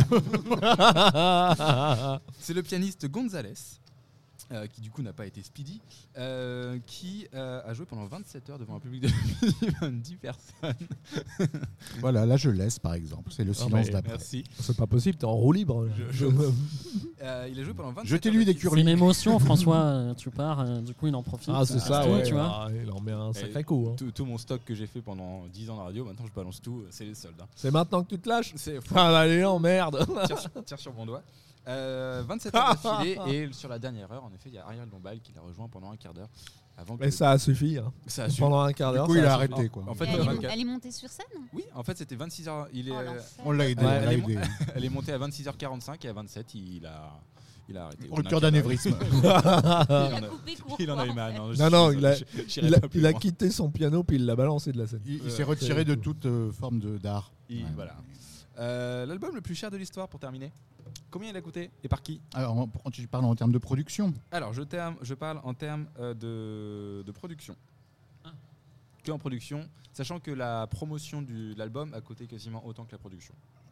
S1: C'est le pianiste Gonzalez. Qui du coup n'a pas été speedy, qui a joué pendant 27 heures devant un public de minimum 10 personnes.
S4: Voilà, là je laisse par exemple. C'est le silence
S2: mais
S4: d'après.
S1: Merci.
S2: C'est pas possible, t'es en roue libre. là.
S1: Il a joué pendant 27
S4: Jetez-lui
S1: heures
S4: des
S1: d'affilée.
S3: C'est une émotion, François. Tu pars, du coup, il en profite.
S2: Ah, c'est ça,
S3: tout,
S2: ouais.
S3: tu vois.
S2: Ah, il en met un sacré
S1: Et
S2: coup. hein.
S1: Tout mon stock que j'ai fait pendant 10 ans de radio, maintenant je balance tout, c'est les soldes. Hein.
S2: C'est maintenant que tu te lâches.
S1: C'est
S2: Ah, allez, non, merde.
S1: tire sur mon doigt. 27 heures d'affilée et sur la dernière heure, en effet, il y a Ariel Dombal qui l'a rejoint pendant un quart d'heure. Avant
S2: Mais
S1: que
S2: ça a suffi. Hein.
S1: ça a su-
S2: Pendant un quart
S4: Du
S2: d'heure.
S4: coup,
S2: ça
S4: il a
S2: suffi.
S4: arrêté quoi.
S1: En fait,
S5: Et elle,
S1: 24.
S5: elle est montée sur scène?
S1: Oui, en fait, c'était 26 heures.
S5: Oh, l'enfer.
S4: On l'a aidé.
S1: Ouais,
S4: on l'a
S1: elle est
S4: aidé.
S1: Elle est montée à 26h45 et à 27, il a arrêté.
S4: Rupture d'anévrisme.
S5: Il
S1: Il en
S5: a
S1: a-
S5: coupé court.
S1: Il en a
S5: quoi,
S1: eu
S5: en
S1: mal.
S5: fait.
S2: Non, il a-
S1: j'irai
S2: Il a,
S1: pas plus
S2: il a
S1: loin.
S2: quitté son piano puis il l'a balancé de la scène.
S4: Il s'est retiré de toute forme d'art.
S1: Ouais. Voilà. L'album le plus cher de l'histoire pour terminer. Combien il a coûté et par qui?
S4: Alors, tu parles en termes de production.
S1: Alors, je parle en termes de production. Que en production, sachant que la promotion de l'album a coûté quasiment autant que la production.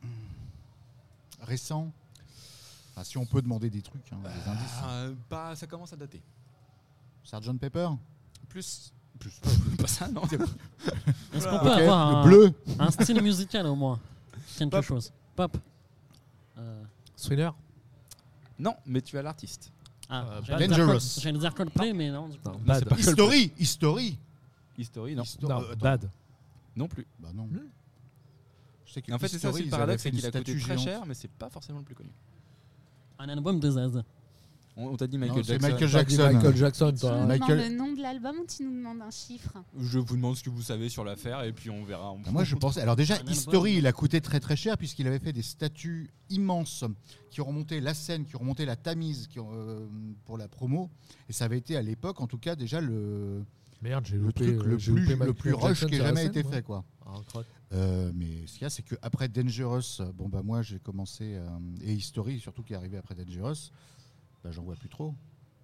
S4: Récent. Enfin, si on peut demander des trucs, hein, des indices.
S1: Ça commence à dater.
S4: Sgt Pepper.
S1: Plus Pas ça, non.
S3: Est-ce qu'on peut avoir un style musical au moins? Quelque chose. Pop.
S2: Thriller.
S1: Non, mais tu as l'artiste.
S4: Dangerous.
S3: J'allais dire Coldplay, mais non.
S2: Non, Bad.
S4: History,
S1: non.
S2: Non, Bad.
S1: Non plus.
S4: Bah non. Je sais que
S1: En fait, c'est ça,
S4: History,
S1: c'est le
S4: ils
S1: paradoxe,
S4: avaient
S1: c'est
S4: fait
S1: qu'il a
S4: une
S1: coûté
S4: statue
S1: très
S4: géante.
S1: cher, mais c'est pas forcément le plus connu.
S3: Un album de Zaz.
S1: On t'a dit
S4: Non,
S1: Michael
S4: c'est
S1: Jackson.
S4: Michael
S2: T'as dit
S4: Jackson.
S2: Michael Jackson,
S5: Tu
S2: toi.
S5: nous
S4: Michael-
S5: demandes le nom de l'album ou tu nous demandes un chiffre?
S1: Je vous demande ce que vous savez sur l'affaire et puis on verra.
S4: Moi, je pensais. Alors déjà,
S3: Un
S4: History,
S3: album.
S4: il a coûté très très cher puisqu'il avait fait des statues immenses qui remontaient la Seine, qui remontaient la Tamise, pour la promo. Et ça avait été à l'époque, en tout cas, déjà le
S2: Merde, j'ai
S4: truc
S2: loupé.
S4: le
S2: j'ai loupé
S4: plus
S2: Michael
S4: rush
S2: Jackson
S4: qui ait
S2: sur la
S4: jamais
S2: scène,
S4: été
S2: moi.
S4: fait, quoi.
S2: Ah, crotte.
S4: Mais ce qu'il y a, c'est qu'après Dangerous, moi j'ai commencé, et History surtout qui est arrivé après Dangerous, j'en vois plus trop.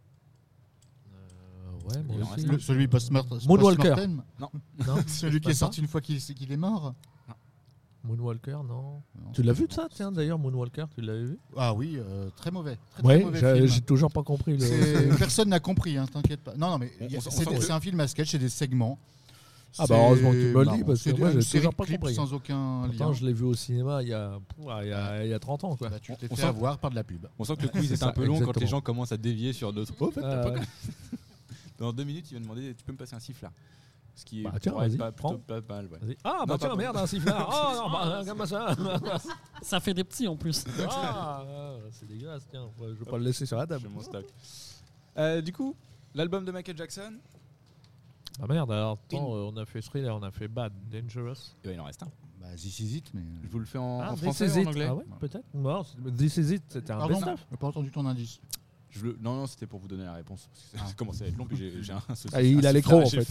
S2: Ouais, moi
S1: Il en
S2: aussi.
S1: reste
S4: Celui post-mortem.
S2: Moonwalker.
S1: Non.
S2: Non,
S4: Celui qui
S2: pas
S4: est
S2: ça.
S4: sorti une fois qu'il est mort.
S2: Moonwalker, non.
S4: Non,
S2: Tu l'as
S4: c'est
S2: vu
S4: pas
S2: ça,
S4: bon.
S2: tiens, d'ailleurs, Moonwalker, tu l'avais vu?
S4: Ah oui, très mauvais. Très
S2: Ouais,
S4: mauvais
S2: j'ai
S4: film.
S2: toujours pas compris.
S4: Personne n'a compris, hein, t'inquiète pas. Non, mais
S1: On sent
S4: c'est
S1: que-
S4: un film à sketch, c'est des segments.
S2: Ah bah heureusement que tu me le dis,
S4: marrant.
S2: parce que
S4: C'est
S2: moi,
S4: une
S2: j'ai
S4: série
S2: toujours
S4: de
S2: pas
S4: clips
S2: compris.
S4: sans aucun
S2: Pourtant,
S4: lien.
S2: je l'ai vu au cinéma il y a 30 ans, quoi.
S4: Bah, tu t'es
S1: On
S4: fait
S1: sent-
S4: avoir par de la pub.
S1: On sent que le quiz
S2: C'est
S1: est
S2: ça,
S1: un peu long quand les
S2: exactement.
S1: gens commencent à dévier sur d'autres. Oh, en fait, t'as pas
S2: Ouais.
S1: Dans 2 minutes, il va demander tu peux me passer un siffleur. Ce qui est
S2: Bah, tiens,
S1: pourrait être
S2: vas-y,
S1: pas,
S2: prends.
S1: plutôt pas mal. Ouais.
S2: Vas-y. Ah,
S1: Non,
S2: bah
S1: pas
S2: tiens, merde, un sifflard. Oh non, bah, regarde-moi ça.
S3: Ça fait des petits en plus.
S2: Ah, c'est dégueulasse, tiens. Ouais, je vais pas le laisser sur la table.
S1: J'ai mon stock. Du coup, l'album de Michael Jackson,
S2: Ah merde, alors, attends, on a fait Thriller, on a fait Bad, Dangerous.
S1: il en reste un.
S4: Bah, This Is It, mais.
S1: Je vous le fais en
S2: This
S1: français
S2: Is
S1: ou en
S2: It.
S1: anglais
S2: Ah ouais, peut-être. Non, This Is It, c'était un
S4: Pardon,
S2: best-of.
S4: j'ai pas entendu ton indice.
S1: Non, c'était pour vous donner la réponse. Parce que ça commençait à être long, puis j'ai un souci.
S2: Ah, il a l'écran, en fait.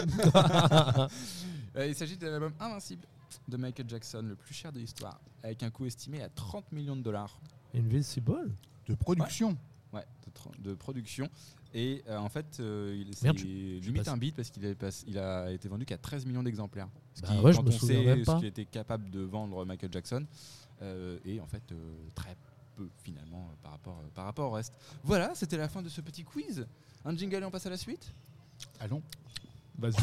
S1: Il s'agit de l'album Invincible de Michael Jackson, le plus cher de l'histoire, avec un coût estimé à 30 millions de dollars.
S2: Invincible.
S4: De production.
S1: Ouais, de production. Et en fait, c'est
S2: Merde,
S1: limite un beat parce qu'il a été vendu qu'à 13 millions d'exemplaires. Ce
S2: Bah
S1: qui,
S2: ouais, je
S1: quand
S2: me
S1: on
S2: souviens
S1: sait
S2: même pas.
S1: ce qu'il était capable de vendre Michael Jackson, et en fait très peu finalement par rapport au reste. Voilà, c'était la fin de ce petit quiz. Un jingle et on passe à la suite.
S4: Allons.
S2: Vas-y.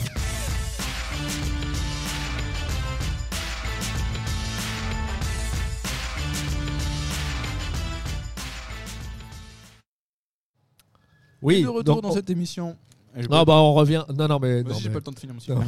S2: Oui,
S1: Et de retour
S2: donc,
S1: dans cette émission. Et je
S2: non,
S1: peux-
S2: bah on revient. Non, mais.
S1: Vas-y,
S2: non,
S1: j'ai
S2: mais-
S1: pas le temps de finir mon sujet.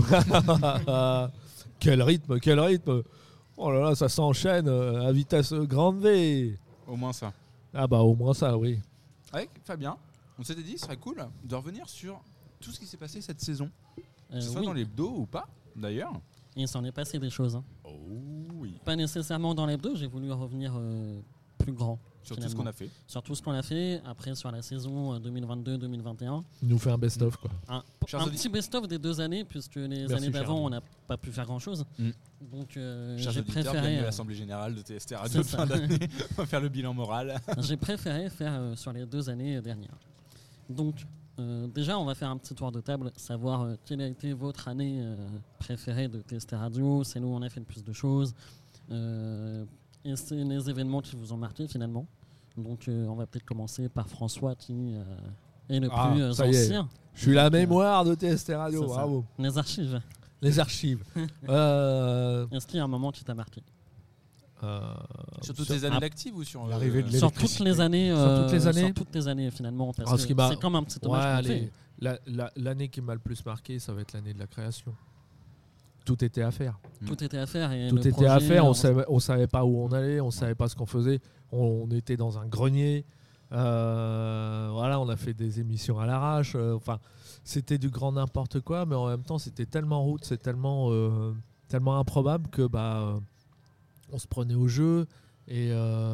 S2: Quel rythme, quel rythme. Oh là là, ça s'enchaîne à vitesse grande V.
S1: Au moins ça.
S2: Ah bah au moins ça, oui.
S1: Avec Fabien, on s'était dit, ce serait cool de revenir sur tout ce qui s'est passé cette saison. Que ce soit
S3: Oui.
S1: dans l'hebdo ou pas, d'ailleurs.
S3: Il s'en est passé des choses. Hein.
S1: Oh oui.
S3: Pas nécessairement dans l'hebdo, j'ai voulu revenir plus grand.
S1: Sur tout ce qu'on a fait.
S3: Sur tout ce qu'on a fait, après sur la saison 2022-2021.
S2: Il nous fait un best-of, quoi.
S3: Un
S1: Chers
S3: petit best-of des 2 années, puisque les
S2: Merci,
S3: années
S2: cher
S3: d'avant,
S2: ami.
S3: on n'a pas pu faire grand-chose.
S1: Mm.
S3: Donc
S1: Chers
S3: j'ai
S1: auditeurs, bienvenue
S3: préféré,
S1: à l'Assemblée Générale de TST Radio
S3: C'est
S1: de
S3: ça.
S1: fin d'année. On va faire le bilan moral.
S3: j'ai préféré faire sur les 2 années dernières. Donc déjà, on va faire un petit tour de table, savoir quelle a été votre année préférée de TST Radio. C'est nous, on a fait le plus de choses. Et c'est les événements qui vous ont marqué finalement. Donc on va peut-être commencer par François qui est le
S2: Ah,
S3: plus
S2: ça y est.
S3: ancien.
S2: Je suis la
S3: Donc,
S2: mémoire de TST Radio,
S3: c'est ça.
S2: bravo.
S3: Les archives.
S2: Les archives.
S3: Est-ce qu'il y a un moment qui t'a marqué
S1: Sur toutes les années d'active ou sur
S4: L'arrivée de
S3: Sur
S4: l'électricité.
S3: toutes les années.
S2: Sur toutes les années
S3: Sur toutes les années finalement. Parce
S2: Ah, ce qui
S3: que
S2: m'a-
S3: c'est comme un petit
S2: Ouais,
S3: hommage qu'on
S2: allez,
S3: fait.
S2: l'année qui m'a le plus marqué, ça va être l'année de la création. Tout était à faire.
S3: Tout était à faire. Et
S2: Tout
S3: le
S2: était à
S3: projet,
S2: faire. On savait pas où on allait, on savait pas ce qu'on faisait. On était dans un grenier. Voilà, on a fait des émissions à l'arrache. Enfin, c'était du grand n'importe quoi, mais en même temps, c'était tellement route, c'est tellement improbable que on se prenait au jeu. Et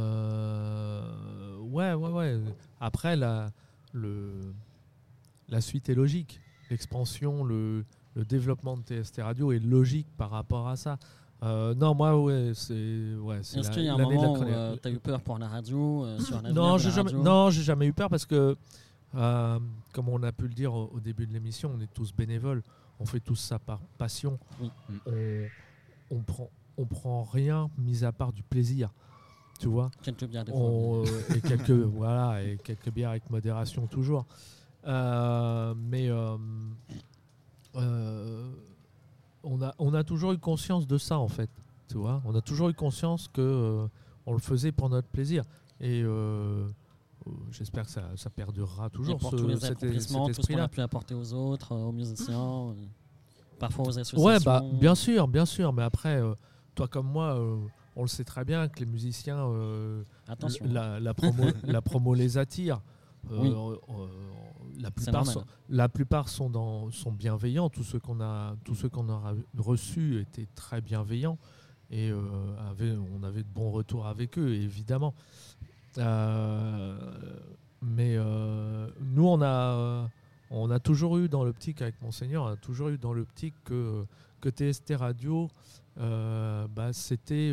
S2: ouais. Après, la suite est logique. L'expansion, le développement de TST Radio est logique par rapport à ça. Non, moi, c'est
S3: Est-ce qu'il y a un
S2: l'année de la
S3: moment où
S2: création.
S3: tu as eu peur pour la radio sur l'avenir
S2: Non,
S3: de la radio
S2: j'ai jamais eu peur parce que, comme on a pu le dire au début de l'émission, on est tous bénévoles, on fait tous ça par passion.
S3: Oui.
S2: On prend rien mis à part du plaisir, tu vois.
S3: Quelques bières des fois.
S2: Et quelques bières avec modération toujours. Mais on a toujours eu conscience de ça, en fait. Tu vois, on a toujours eu conscience que on le faisait pour notre plaisir. Et j'espère que ça perdurera toujours.
S3: Et pour tous les accomplissements, tout ce qu'on a pu apporter aux autres, aux musiciens, parfois aux associations.
S2: Ouais, bien sûr. Mais après, toi comme moi, on le sait très bien que les musiciens, la promo les attire.
S3: Oui.
S2: La plupart sont bienveillants. Tous ceux qu'on a reçus étaient très bienveillants et on avait de bons retours avec eux, évidemment. Mais nous, on a toujours eu dans l'optique avec Monseigneur, on a toujours eu dans l'optique que TST Radio, c'était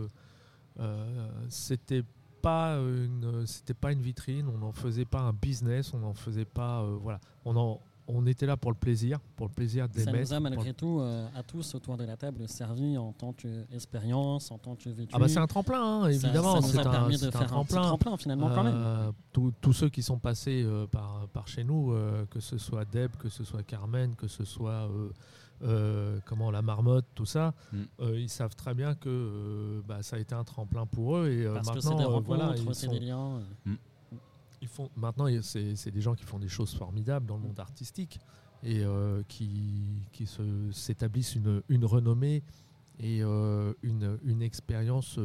S2: pas une vitrine, on n'en faisait pas un business, on n'en faisait pas voilà, on était là pour le plaisir des
S3: ça
S2: maîtres.
S3: Ça nous a malgré tout à tous autour de la table servi en tant qu'expérience, en tant que vécu.
S2: C'est un tremplin, évidemment.
S3: Ça nous a permis de faire un petit tremplin finalement quand même.
S2: Tous ceux qui sont passés par chez nous, que ce soit Deb, que ce soit Carmen, que ce soit la marmotte, tout ça, ils savent très bien que ça a été un tremplin pour eux. Et
S3: parce
S2: maintenant,
S3: que c'est des rencontres, c'est des liens.
S2: Maintenant, c'est des gens qui font des choses formidables dans le monde artistique et qui s'établissent une renommée et une expérience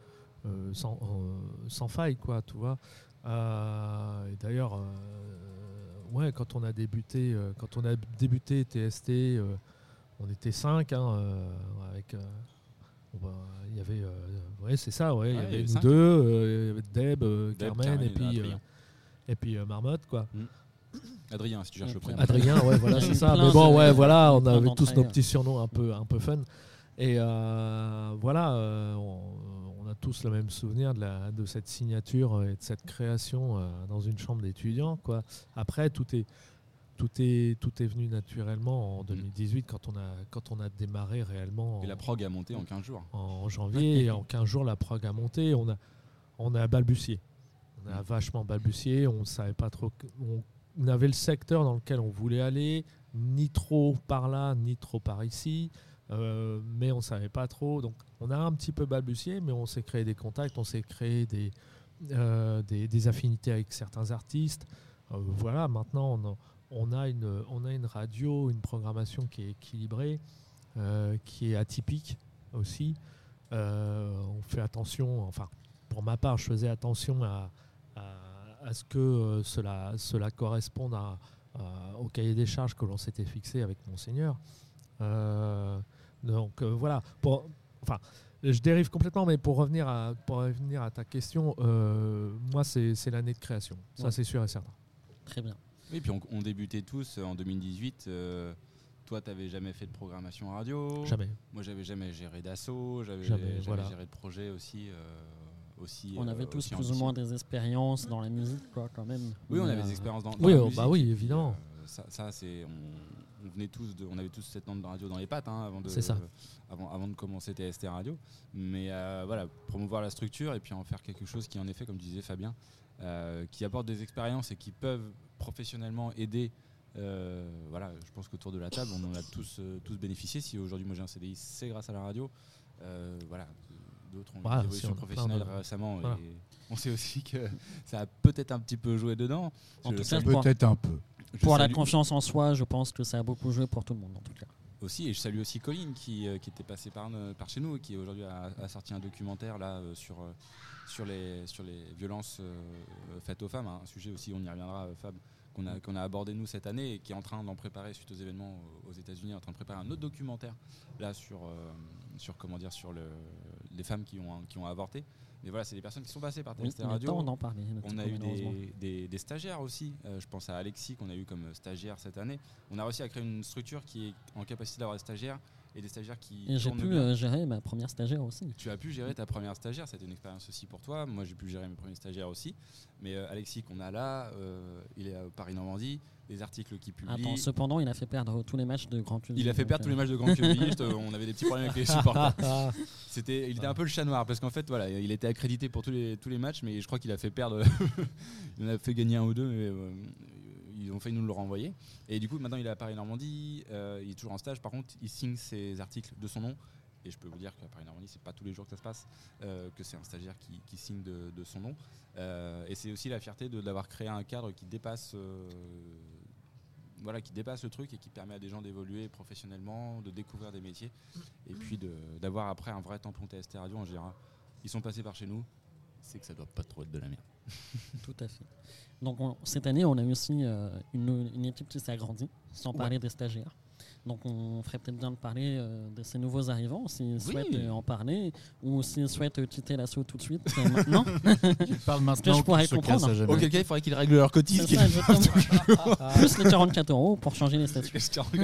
S2: sans faille, quoi, tu vois. Et d'ailleurs, quand on a débuté TST, on était 5 avec. Il y avait, c'est ça, il y avait nous deux, il y avait Deb, Carmen et puis Marmotte, quoi.
S1: Adrien, si tu cherches le prénom.
S2: Adrien, voilà, c'est ça. Mais bon, voilà, on avait tous nos petits surnoms un peu fun. Et voilà, on a tous le même souvenir de cette signature et de cette création dans une chambre d'étudiants, quoi. Après, tout est venu naturellement en 2018 quand on a démarré réellement.
S1: Et la prog a monté en 15 jours.
S2: En janvier, et en 15 jours, la prog a monté. On a balbutié. On a vachement balbutié. On savait pas trop. On avait le secteur dans lequel on voulait aller, ni trop par là, ni trop par ici. Mais on savait pas trop. Donc, on a un petit peu balbutié, mais on s'est créé des contacts, on s'est créé des affinités avec certains artistes. Voilà, maintenant, on a une radio, une programmation qui est équilibrée, qui est atypique aussi. On fait attention, enfin, pour ma part, je faisais attention à ce que cela corresponde au cahier des charges que l'on s'était fixé avec Monseigneur. Donc voilà. Je dérive complètement, mais pour revenir à ta question, moi, c'est l'année de création. Ça, c'est sûr et certain.
S3: Très bien.
S1: Oui, puis on débutait tous en 2018. Toi, tu n'avais jamais fait de programmation radio.
S2: Jamais.
S1: Moi, j'avais jamais géré d'assaut. J'avais géré de projet aussi.
S3: On avait tous plus ou moins des expériences dans la musique, quoi, quand même.
S1: Oui, on avait des expériences dans la musique.
S2: Oui, évidemment.
S1: Ça c'est on avait tous cette lampe de radio dans les pattes avant de commencer TST Radio. Mais voilà, promouvoir la structure et puis en faire quelque chose qui, en effet, comme disait Fabien, qui apporte des expériences et qui peuvent professionnellement aider. Voilà, je pense qu'autour de la table, on en a tous bénéficié. Si aujourd'hui, moi j'ai un CDI, c'est grâce à la radio. Voilà. D'autres ont eu des évolutions professionnelles récemment. Voilà. Et on sait aussi que ça a peut-être un petit peu joué dedans.
S3: En tout cas,
S4: peut-être un peu.
S3: Pour la confiance en soi, je pense que ça a beaucoup joué pour tout le monde, en tout cas.
S1: Aussi, et je salue aussi Colline qui était passée par chez nous et qui aujourd'hui a sorti un documentaire là, sur les violences faites aux femmes. Un sujet aussi, on y reviendra, Fab, qu'on a abordé nous cette année et qui est en train d'en préparer suite aux événements aux États-Unis, en train de préparer un autre documentaire là sur les femmes qui ont avorté. Mais voilà, c'est des personnes qui sont passées par TST Radio.
S3: On en parlait.
S1: On a eu des stagiaires aussi. Je pense à Alexis qu'on a eu comme stagiaire cette année. On a réussi à créer une structure qui est en capacité d'avoir des stagiaires et des stagiaires qui.
S3: Et j'ai pu gérer ma première stagiaire aussi.
S1: Tu as pu gérer ta première stagiaire, c'était une expérience aussi pour toi. Moi, j'ai pu gérer mes premiers stagiaires aussi. Mais Alexis qu'on a là, il est à Paris-Normandie. Les articles qu'il publie.
S3: Attends, cependant, il a fait perdre tous les matchs de Grand Public.
S1: Il a fait perdre tous les matchs de Grand Public. On avait des petits problèmes avec les supporters. Il était un peu le chat noir parce qu'en fait, voilà, il était accrédité pour tous les matchs, mais je crois qu'il a fait perdre. Il en a fait gagner un ou deux, mais ils ont failli nous le renvoyer. Et du coup, maintenant, il est à Paris Normandie. Il est toujours en stage. Par contre, il signe ses articles de son nom. Et je peux vous dire qu'à Paris Normandie, c'est pas tous les jours que ça se passe, que c'est un stagiaire qui signe de son nom. Et c'est aussi la fierté d'avoir créé un cadre qui dépasse le truc et qui permet à des gens d'évoluer professionnellement, de découvrir des métiers et puis d'avoir après un vrai tampon TST Radio en général. Ils sont passés par chez nous, c'est que ça doit pas trop être de la merde.
S3: Tout à fait. Donc cette année, on a eu aussi une équipe qui s'est agrandie, sans parler des stagiaires. Donc on ferait peut-être bien de parler de ces nouveaux arrivants, s'ils souhaitent en parler, ou s'ils souhaitent quitter l'assaut tout de suite maintenant.
S4: Tu parles maintenant,
S3: je pourrais comprendre.
S1: Auquel cas, il faudrait qu'ils règlent leur cotise.
S3: Plus les 44 € pour changer les statuts.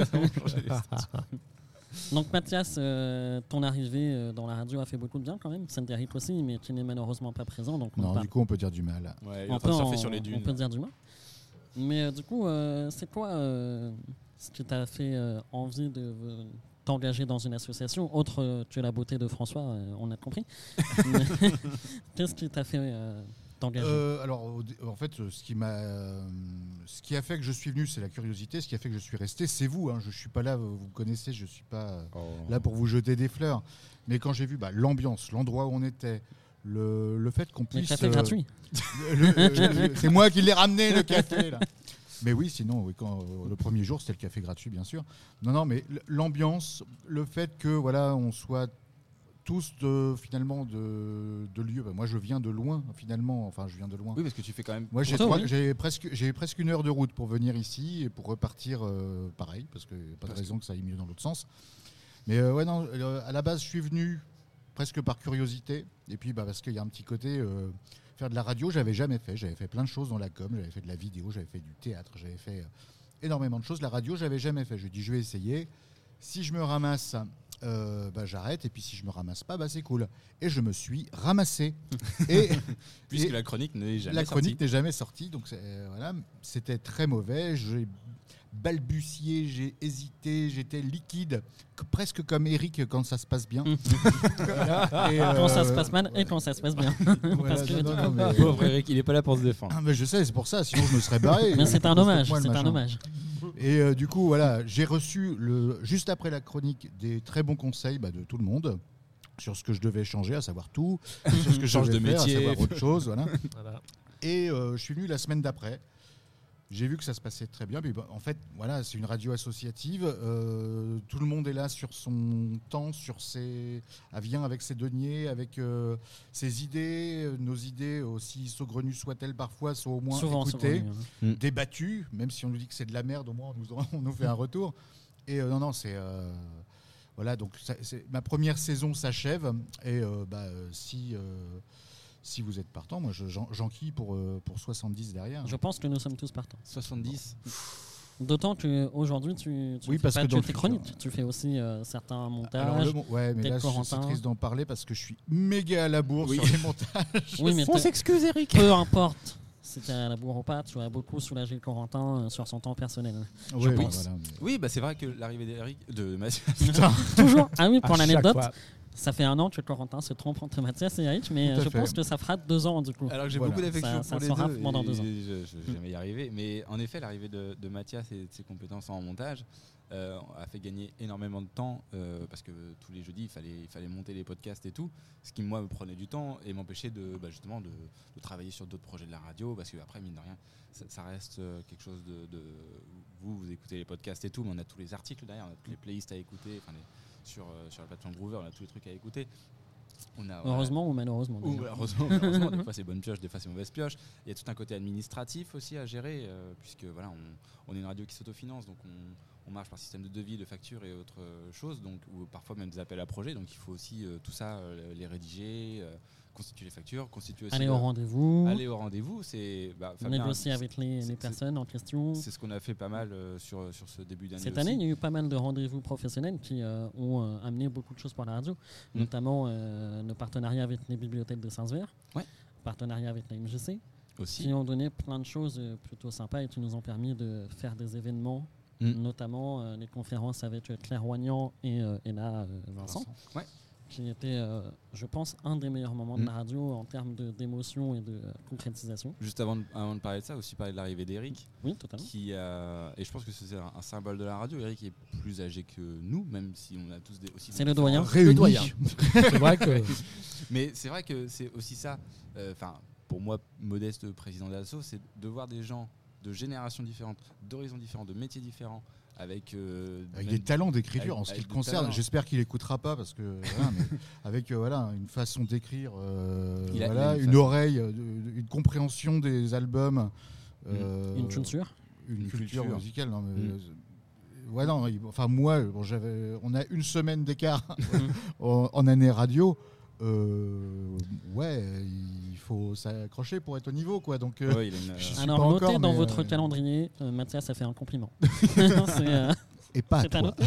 S3: Donc Mathias, ton arrivée dans la radio a fait beaucoup de bien quand même. Saint-Déric aussi, mais tu n'es malheureusement pas présent. Donc
S4: non, du coup on peut dire du mal.
S1: Ouais,
S3: on peut dire du mal. Mais du coup, c'est quoi ce qui t'a fait envie de t'engager dans une association, autre que la beauté de François, on a compris. Qu'est-ce qui t'a fait t'engager ?
S4: Alors, en fait, ce qui a fait que je suis venu, c'est la curiosité. Ce qui a fait que je suis resté, c'est vous. Hein. Je ne suis pas là, vous me connaissez, je ne suis pas là pour vous jeter des fleurs. Mais quand j'ai vu l'ambiance, l'endroit où on était, le fait qu'on puisse...
S3: Le café gratuit.
S4: C'est moi qui l'ai ramené, le café, là. Mais oui, sinon, le premier jour, c'était le café gratuit, bien sûr. Non, mais l'ambiance, le fait que on soit tous finalement de lieux. Moi, je viens de loin, finalement. Enfin, je viens de loin.
S1: Oui, parce que tu fais quand même...
S4: Moi, j'ai presque 1 heure de route pour venir ici et pour repartir pareil, parce qu'il n'y a pas de raison que ça aille mieux dans l'autre sens. Mais à la base, je suis venu presque par curiosité. Et puis, parce qu'il y a un petit côté... faire de la radio, j'avais jamais fait. J'avais fait plein de choses dans la com, j'avais fait de la vidéo, j'avais fait du théâtre, j'avais fait énormément de choses. La radio, j'avais jamais fait. Je dis, je vais essayer. Si je me ramasse, j'arrête. Et puis si je me ramasse pas, c'est cool. Et je me suis ramassé.
S1: Puisque la chronique n'est jamais sortie.
S4: La chronique n'est jamais sortie. Donc c'était très mauvais. J'ai balbutié, j'ai hésité, j'étais liquide, presque comme Eric quand ça se passe bien.
S3: Quand ça se passe mal et quand ça se passe bien.
S1: Pauvre Eric, il n'est pas là pour se défendre.
S4: Mais je sais, c'est pour ça, sinon je me serais barré.
S3: Mais c'est un hommage, un hommage.
S4: Et du coup, j'ai reçu, juste après la chronique, des très bons conseils de tout le monde sur ce que je devais changer, à savoir tout, sur ce que je devais faire, métier, à savoir autre chose. Voilà. Et je suis venu la semaine d'après. J'ai vu que ça se passait très bien. Puis, en fait, c'est une radio associative. Tout le monde est là sur son temps, elle vient avec ses deniers, avec ses idées. Nos idées, aussi saugrenues soient-elles parfois, sont au moins écoutées, débattues. Même si on nous dit que c'est de la merde, au moins on nous fait un retour. Et c'est... donc ma première saison s'achève. Et si vous êtes partant, moi j'enquille pour 70 derrière.
S3: Je pense que nous sommes tous partants.
S1: 70.
S3: D'autant qu'aujourd'hui, tu fais pas que tes chroniques. Tu fais aussi certains montages.
S4: Mais là, c'est triste d'en parler parce que je suis méga à la bourre sur les montages.
S3: Oui, mais
S2: on s'excuse, Eric.
S3: Peu importe. Si tu à la bourre ou pas, tu as beaucoup soulagé Corentin sur son temps personnel. Je pense.
S1: Oui, c'est vrai que l'arrivée de Mathias.
S3: Toujours. Ah oui, pour l'anecdote. Ça fait 1 an que Corentin se trompe entre Mathias et Eric, mais je pense que ça fera 2 ans du coup.
S1: Alors que j'ai beaucoup d'affection pour les deux.
S3: Pendant 2 ans.
S1: Je vais jamais y arriver. Mais en effet, l'arrivée de Mathias et de ses compétences en montage a fait gagner énormément de temps parce que tous les jeudis, il fallait monter les podcasts et tout. Ce qui, moi, me prenait du temps et m'empêchait justement de travailler sur d'autres projets de la radio parce qu'après, mine de rien, ça reste quelque chose de... Vous écoutez les podcasts et tout, mais on a tous les articles derrière, on a toutes les playlists à écouter, sur la plateforme Groover, on a tous les trucs à écouter.
S3: Heureusement ou malheureusement.
S1: Heureusement, des fois c'est bonne pioche, des fois c'est mauvaise pioche. Il y a tout un côté administratif aussi à gérer, puisque on est une radio qui s'autofinance, donc on marche par système de devis, de factures et autres choses, ou parfois même des appels à projets, donc il faut aussi tout ça les rédiger, constituer les factures, constituer aussi...
S3: Aller au
S1: rendez-vous, c'est...
S3: négocier avec les personnes en question.
S1: C'est ce qu'on a fait pas mal sur ce début d'année.
S3: Cette année, il y a eu pas mal de rendez-vous professionnels qui ont amené beaucoup de choses pour la radio, notamment nos partenariats avec les bibliothèques de Saint-Sever, partenariats avec la MJC, qui ont donné plein de choses plutôt sympas et qui nous ont permis de faire des événements, notamment les conférences avec Claire Roignan et Ella Vincent. qui était, je pense, un des meilleurs moments de la radio en termes d'émotion et de concrétisation.
S1: Juste avant de parler de ça, aussi parler de l'arrivée d'Eric.
S3: Oui, totalement.
S1: Et je pense que c'est un symbole de la radio. Eric est plus âgé que nous, même si on a tous aussi.
S3: C'est le doyen.
S4: Réunis.
S2: C'est vrai que.
S1: Mais c'est vrai que c'est aussi ça. Pour moi, modeste président d'Asso, c'est de voir des gens de générations différentes, d'horizons différents, de métiers différents, avec
S4: des talents d'écriture en ce qui le concerne. J'espère qu'il écoutera pas parce que avec une façon d'écrire, une oreille, une compréhension des albums,
S3: une
S4: culture musicale. Non, mais, moi, on a une semaine d'écart en année radio. Il faut s'accrocher pour être au niveau, quoi. Donc,
S3: alors notez dans votre calendrier, Mathias a fait un compliment.
S4: Et pas à toi.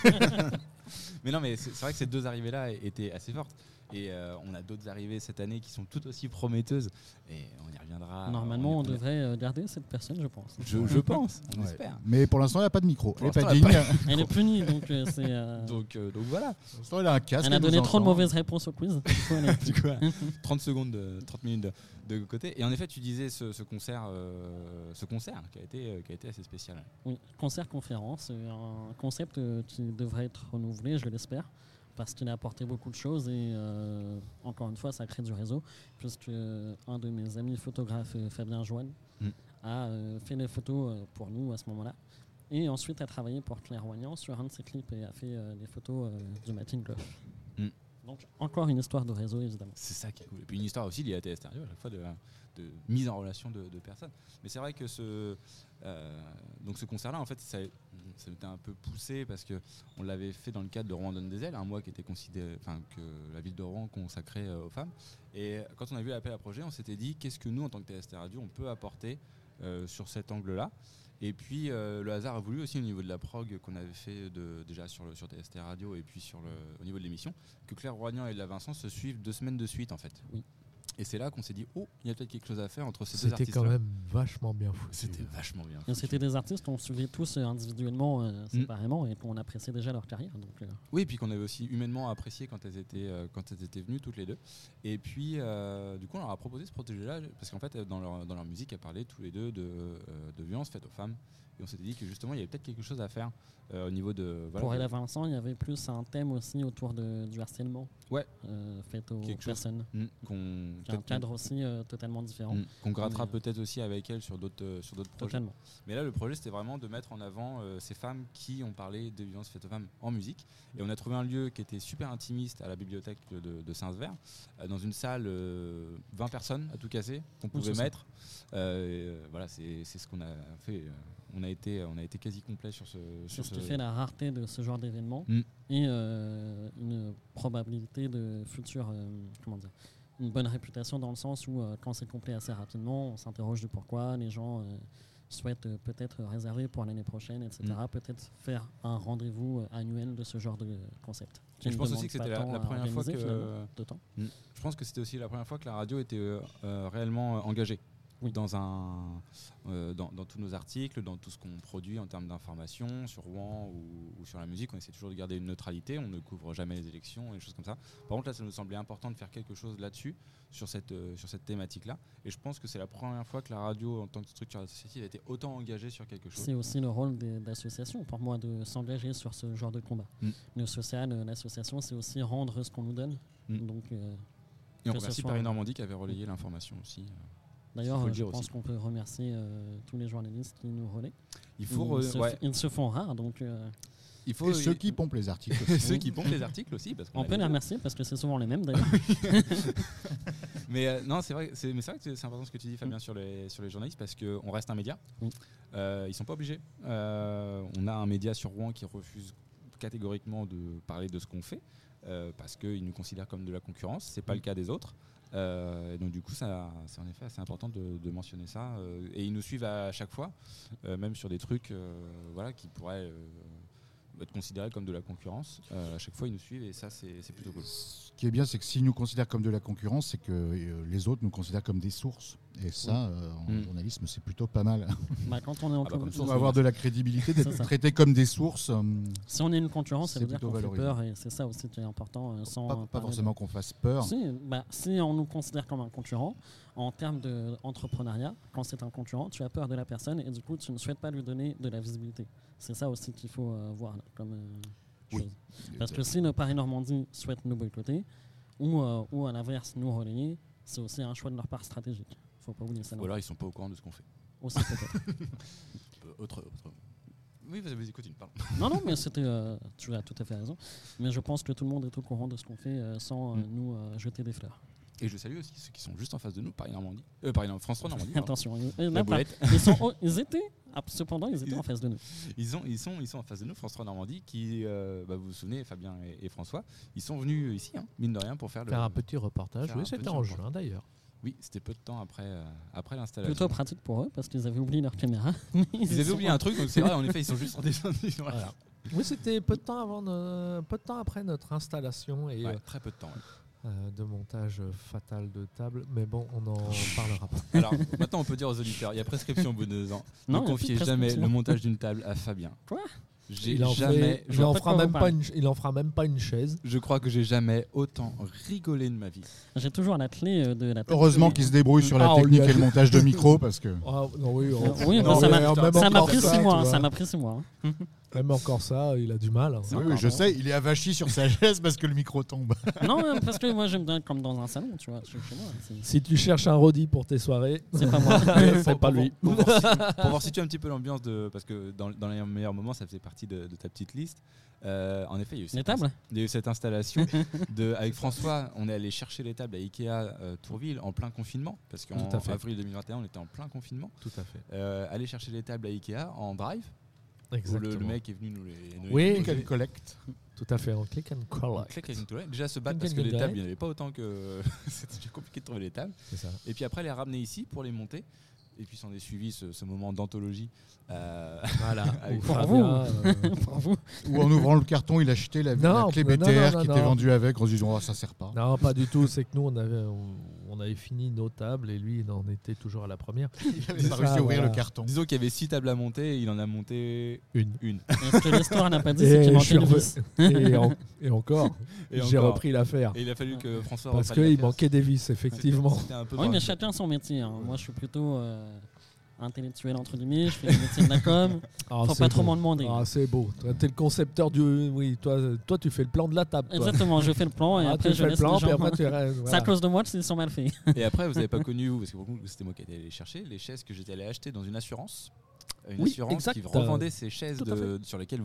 S1: Mais non, mais c'est vrai que ces deux arrivées-là étaient assez fortes. Et on a d'autres arrivées cette année qui sont tout aussi prometteuses. Et on y reviendra.
S3: Normalement, on devrait garder cette personne, je pense.
S1: Je pense, on espère.
S4: Mais pour l'instant, il n'y a pas de micro. Elle
S3: est punie, donc c'est.
S1: Donc voilà.
S4: Pour l'instant, elle a un casque.
S3: Elle a donné trop de mauvaises réponses au quiz.
S1: Du coup, 30 minutes de côté. Et en effet, tu disais ce concert qui a été assez spécial.
S3: Oui, concert-conférence, un concept qui devrait être renouvelé, je l'espère. Parce qu'il a apporté beaucoup de choses et encore une fois ça crée du réseau puisque un de mes amis photographes, Fabien Joanne, a fait les photos pour nous à ce moment-là et ensuite a travaillé pour Claire Roignan sur un de ses clips et a fait les photos du Matin Cloche. Donc encore une histoire de réseau évidemment.
S1: C'est ça qui est cool. Et puis une histoire aussi liée à TS Radio à chaque fois de mise en relation de personnes. Mais c'est vrai que ce concert-là en fait ça m'était un peu poussé parce que on l'avait fait dans le cadre de Rouen donne des ailes, un mois qui était considéré, que la ville de Rouen consacrait aux femmes. Et quand on a vu l'appel à projet, on s'était dit qu'est-ce que nous en tant que TST Radio on peut apporter sur cet angle-là. Et puis le hasard a voulu aussi au niveau de la prog qu'on avait fait déjà sur TST Radio et puis au niveau de l'émission, que Claire Roignan et La Vincent se suivent 2 semaines de suite en fait. Oui. Et c'est là qu'on s'est dit, il y a peut-être quelque chose à faire entre ces deux artistes.
S2: C'était quand même vachement bien foutu.
S1: C'était vachement bien foutu.
S3: C'était des artistes qu'on suivait tous individuellement, séparément, et qu'on appréciait déjà leur carrière. Donc,
S1: oui, et puis qu'on avait aussi humainement apprécié quand elles étaient venues toutes les deux. Et puis, du coup, on leur a proposé ce projet-là, parce qu'en fait, dans leur musique, elles parlaient tous les deux de violences faites aux femmes. Et on s'était dit que justement, il y avait peut-être quelque chose à faire au niveau de...
S3: Pour Ella Vincent, il y avait plus un thème aussi autour du harcèlement fait aux personnes. Un cadre aussi totalement différent.
S1: Qu'on grattera peut-être aussi avec elle sur d'autres projets.
S3: Totalement.
S1: Mais là, le projet, c'était vraiment de mettre en avant ces femmes qui ont parlé des violences faites aux femmes en musique. Et on a trouvé un lieu qui était super intimiste à la bibliothèque de Saint-Sever, dans une salle, 20 personnes à tout casser, qu'on pouvait mettre. Voilà, c'est ce qu'on a fait. On a été quasi complet sur ce.
S3: C'est ce qui fait la rareté de ce genre d'événement et une probabilité de futur, une bonne réputation dans le sens où quand c'est complet assez rapidement, on s'interroge du pourquoi, les gens souhaitent peut-être réserver pour l'année prochaine, etc. Peut-être faire un rendez-vous annuel de ce genre de concept.
S1: Je pense aussi que c'était la première fois que. Je pense que c'était aussi la première fois que la radio était réellement engagée. Oui. Dans tous nos articles, dans tout ce qu'on produit en termes d'information sur Rouen ou sur la musique, on essaie toujours de garder une neutralité, on ne couvre jamais les élections et des choses comme ça. Par contre là, ça nous semblait important de faire quelque chose là-dessus, sur cette thématique-là. Et je pense que c'est la première fois que la radio, en tant que structure associative, a été autant engagée sur quelque chose.
S3: C'est aussi le rôle d'associations, pour moi, de s'engager sur ce genre de combat. Le social, l'association, c'est aussi rendre ce qu'on nous donne. Donc,
S1: et on remercie Paris Normandie qui avait relayé l'information aussi.
S3: D'ailleurs, je pense qu'on peut remercier tous les journalistes qui nous relaient.
S1: Ils
S3: se font rares, donc...
S4: Et ceux qui pompent les articles
S1: aussi. Ceux qui pompent les articles aussi. Parce
S3: on peut les remercier parce que c'est souvent les mêmes d'ailleurs.
S1: Mais non, c'est vrai que c'est important ce que tu dis, Fabien, sur les journalistes, parce qu'on reste un média. Ils sont pas obligés. On a un média sur Rouen qui refuse catégoriquement de parler de ce qu'on fait parce qu'ils nous considèrent comme de la concurrence. C'est pas le cas des autres. Et donc du coup c'est en effet assez important de mentionner ça et ils nous suivent à chaque fois même sur des trucs qui pourraient être considérés comme de la concurrence. À chaque fois ils nous suivent et ça c'est plutôt cool.
S4: Ce qui est bien, c'est que s'ils nous considèrent comme de la concurrence, c'est que les autres nous considèrent comme des sources. Et ça, en journalisme, c'est plutôt pas mal.
S3: Quand on est en
S4: On va avoir de la crédibilité, d'être traité comme des sources.
S3: Si on est une concurrence, ça veut dire qu'on fait
S4: valorisé.
S3: peur, et c'est ça aussi qui est important.
S4: Pas forcément qu'on fasse peur.
S3: Si on nous considère comme un concurrent, en termes d'entrepreneuriat, quand c'est un concurrent, tu as peur de la personne et du coup, tu ne souhaites pas lui donner de la visibilité. C'est ça aussi qu'il faut voir là, comme chose. Parce que si le Paris-Normandie souhaite nous boycotter, ou à l'inverse nous relayer, c'est aussi un choix de leur part stratégique. Faut pas oublier ça.
S1: Ou alors ils sont pas au courant de ce qu'on fait.
S3: Aussi peut-être.
S1: autre. Oui, vas-y, continue, pardon.
S3: Non, mais c'était. Tu as tout à fait raison. Mais je pense que tout le monde est au courant de ce qu'on fait sans nous jeter des fleurs.
S1: Et je salue aussi ceux qui sont juste en face de nous, Paris-Normandie. France 3 Normandie.
S3: Attention, cependant, ils étaient en face de nous.
S1: Ils sont en face de nous, France 3 Normandie, qui, vous vous souvenez, Fabien et François, ils sont venus ici, mine de rien, pour faire
S2: un petit reportage. Oui, c'était en juin d'ailleurs.
S1: Oui, c'était peu de temps après l'installation.
S3: Plutôt pratique pour eux, parce qu'ils avaient oublié leur caméra.
S1: Ils avaient oublié un truc, donc c'est vrai, en effet, ils sont juste redescendus.
S2: Voilà. Oui, c'était peu de temps après notre installation et
S1: très peu de temps. Ouais.
S2: De montage fatal de table, mais bon, on en parlera pas.
S1: Alors, maintenant, on peut dire aux auditeurs, il y a prescription au bout de 2 ans. Ne confiez jamais le montage d'une table à Fabien.
S3: Quoi ?
S2: Il en fera même pas une chaise.
S1: Je crois que j'ai jamais autant rigolé de ma vie.
S3: J'ai toujours la clé de la table.
S4: Heureusement qu'il se débrouille sur la technique et le montage de micro parce que.
S3: Ça m'a pris 6 mois. Ça m'a pris 6 mois.
S2: Même encore ça, il a du mal.
S4: Oui, je sais, il est avachi sur sa chaise parce que le micro tombe.
S3: Non, parce que moi j'aime bien être comme dans un salon, tu vois. Chez moi,
S2: si tu cherches un roadie pour tes soirées,
S3: c'est pas moi.
S2: C'est pas lui.
S1: Pour voir situer un petit peu l'ambiance parce que dans les meilleurs moments, ça faisait partie de ta petite liste. En effet, il y a eu cette installation avec François. On est allé chercher les tables à Ikea Tourville en plein confinement parce qu'en avril 2021, on était en plein confinement.
S2: Tout à fait.
S1: Aller chercher les tables à Ikea en drive.
S2: Exactement.
S1: Le mec est venu nous les
S2: oui,
S4: click and collect.
S2: Tout à fait, en click and collect.
S1: Déjà se battre parce que les tables, il n'y en avait pas autant que c'était compliqué de trouver les tables.
S2: C'est ça.
S1: Et puis après les ramener ici pour les monter. Et puis s'en est suivi ce moment d'anthologie.
S2: Voilà.
S3: Pour vous.
S4: Ou en ouvrant le carton, il achetait la clé BTR qui était vendue avec en se disant ça sert pas.
S2: Non, pas du tout. C'est que nous on avait fini nos tables et lui il en était toujours à la première.
S4: Il avait pas réussi à ouvrir le carton.
S1: Disons qu'il y avait 6 tables à monter et il en a monté une.
S3: Est-ce que l'histoire n'a pas dit c'est qu'il manquait une vis
S2: et encore, j'ai repris l'affaire.
S1: Et il a fallu que François
S2: parce qu'il manquait des vis, effectivement.
S3: Oui, mais chacun son métier. Moi je suis plutôt intellectuel entre guillemets, je fais le métier de la com. Faut pas trop m'en demander.
S2: C'est beau. T'es le concepteur du. Oui, toi tu fais le plan de la table. Toi.
S3: Exactement, je fais le plan et après je laisse les gens.
S2: C'est
S3: à cause de moi s'ils sont mal faits.
S1: Et après vous avez pas connu parce que c'était moi qui étais allé chercher les chaises que j'étais allé acheter dans une assurance. Une assurance qui revendait ces chaises sur lesquelles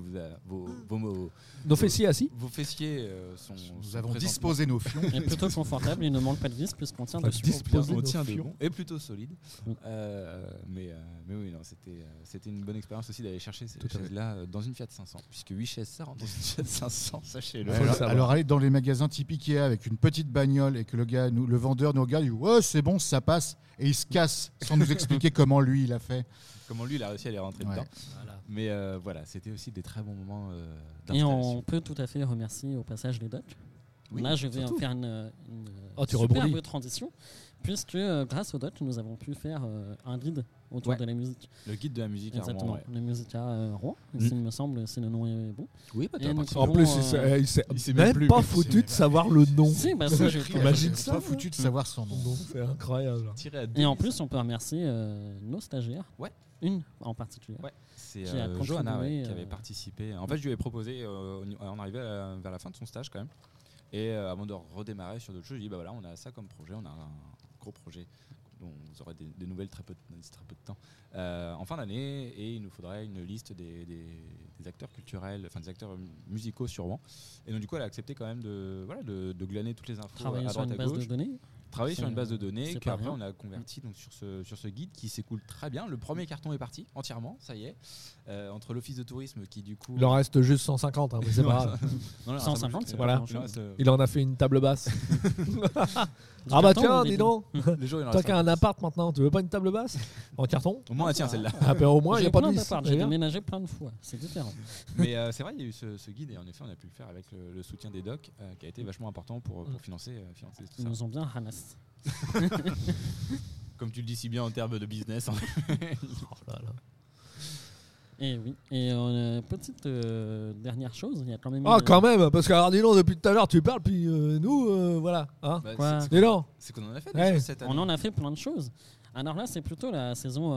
S2: nos fessiers assis.
S1: Vos fessiers sont.
S4: Nous avons disposé nos fions.
S3: Et plutôt confortable, il ne manque pas de vis puisqu'on tient dessus.
S1: On tient de bon et plutôt solide. Mais oui, non, c'était une bonne expérience aussi d'aller chercher ces chaises-là dans une Fiat 500. Puisque 8 chaises, ça rentre dans une Fiat 500, sachez-le.
S4: Alors aller dans les magasins typiques Ikea avec une petite bagnole et que le vendeur nous regarde, il dit ouais, c'est bon, ça passe. Et il se casse sans nous expliquer comment lui il a fait.
S1: Comment lui il a réussi à les rentrer dedans.
S2: Voilà.
S1: Mais voilà, c'était aussi des très bons moments
S3: d'installation. Et on peut tout à fait remercier au passage les docs. Oui, là, je vais en faire une superbe transition, puisque grâce aux docs, nous avons pu faire un guide autour de la musique.
S1: Le guide de la musique
S3: à Rouen. Le Musica Rouen, il me semble, si le nom est bon.
S1: Oui,
S2: en plus, il s'est même pas foutu de savoir le nom.
S3: Si,
S4: imagine ça. Pas foutu de savoir son nom.
S2: C'est incroyable.
S3: Et en plus, on peut remercier nos stagiaires.
S1: Ouais.
S3: Une en particulier.
S1: Ouais. C'est Johanna qui avait participé. En fait, je lui ai proposé, on arrivait vers la fin de son stage quand même. Et avant de redémarrer sur d'autres choses, je lui ai dit voilà, on a ça comme projet, on a un gros projet dont vous aurez des nouvelles très peu de temps en fin d'année, et il nous faudrait une liste des acteurs culturels, enfin des acteurs musicaux sur Rouen. Et donc du coup, elle a accepté quand même de glaner toutes les infos
S3: à droite à gauche.
S1: Travailler sur une base de données qu'après on a converti donc sur ce guide qui s'écoule très bien. Le premier carton est parti entièrement, ça y est. Entre l'office de tourisme qui du coup...
S2: Il en reste juste 150, mais c'est pas grave.
S3: 150, c'est
S2: voilà. Il en a fait une table basse. Ah bah tiens, dis donc. Toi qui as un appart maintenant, tu veux pas une table basse en carton?
S1: Au moins, tiens, celle-là.
S2: Ah bah au moins, il n'y a pas de vis.
S3: J'ai déménagé plein de fois, c'est différent.
S1: Mais c'est vrai, il y a eu ce guide et en effet, on a pu le faire avec le soutien des docs qui a été vachement important pour financer tout ça.
S3: Ils nous ont bien ramassé.
S1: Comme tu le dis si bien en termes de business.
S2: Oh là là.
S3: Et oui. Et petite dernière chose, il y a quand même.
S2: Quand même, parce que alors dis donc, depuis tout à l'heure tu parles, puis nous, voilà. Hein.
S3: Quoi
S1: C'est
S2: Dis donc.
S1: qu'on en a fait des choses cette année.
S3: On en a fait plein de choses. Alors là, c'est plutôt la saison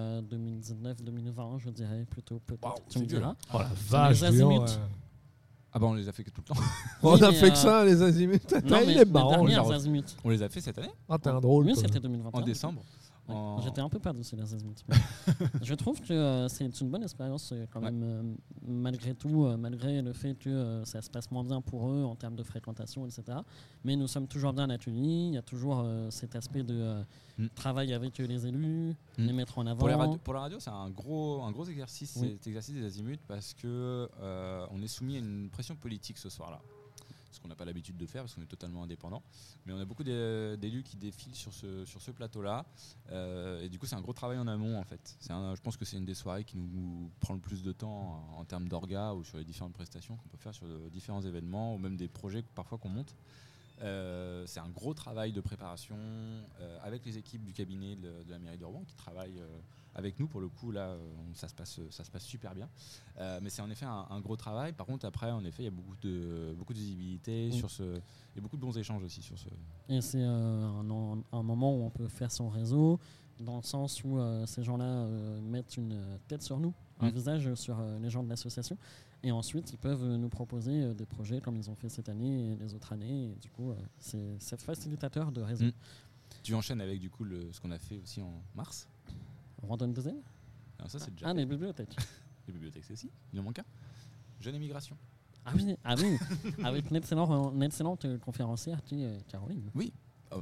S3: 2019-2020, je dirais, plutôt peut-être.
S1: Wow,
S3: tu me
S1: c'est dur,
S3: diras.
S2: Oh la vache,
S3: les
S2: dis donc,
S3: azimuts.
S1: Ah bah on les a fait que tout le temps.
S2: On
S3: Oui,
S2: a
S3: mais,
S2: fait que ça, les azimuts.
S3: Non,
S2: Il
S3: mais
S2: est marrant.
S3: les
S2: lui.
S3: dernières azimuts.
S1: On les a fait cette année
S2: Ah, t'es un drôle.
S3: Oui,
S2: toi.
S3: c'était 2021.
S1: en décembre.
S3: Ouais.
S1: En-
S3: J'étais un peu perdu sur les azimuts. mais je trouve que c'est une bonne expérience quand même, malgré tout, malgré le fait que ça se passe moins bien pour eux en termes de fréquentation, etc. Mais nous sommes toujours bien accueillis. Il y a toujours cet aspect de travail avec les élus, les mettre en avant.
S1: Pour la radio, c'est un gros exercice,
S3: Oui.
S1: cet exercice des azimuts, parce que on est soumis à une pression politique ce soir-là. Ce qu'on n'a pas l'habitude de faire parce qu'on est totalement indépendant. Mais on a beaucoup d'élus qui défilent sur ce plateau-là. Et du coup, c'est un gros travail en amont en fait. Je pense que c'est une des soirées qui nous prend le plus de temps en termes d'orga ou sur les différentes prestations qu'on peut faire sur différents événements ou même des projets parfois qu'on monte. C'est un gros travail de préparation avec les équipes du cabinet de la mairie de Rouen qui travaillent avec nous. Pour le coup, là, ça se passe super bien. Mais c'est en effet un gros travail. Par contre, après, en effet, il y a beaucoup de visibilité sur et beaucoup de bons échanges aussi sur ce.
S3: Et c'est un moment où on peut faire son réseau, dans le sens où ces gens-là mettent une tête sur nous, un visage sur les gens de l'association. Et ensuite, ils peuvent nous proposer des projets comme ils ont fait cette année et les autres années. Et du coup, c'est facilitateur de réseau.
S1: Tu enchaînes avec du coup ce qu'on a fait aussi en mars.
S3: Random Design.
S1: Alors ça, c'est déjà
S3: Ah, les bibliothèques.
S1: les bibliothèques, c'est aussi. Il en manque un. Jeune émigration.
S3: Ah oui, avec une excellente conférencière qui est Caroline.
S1: Oui.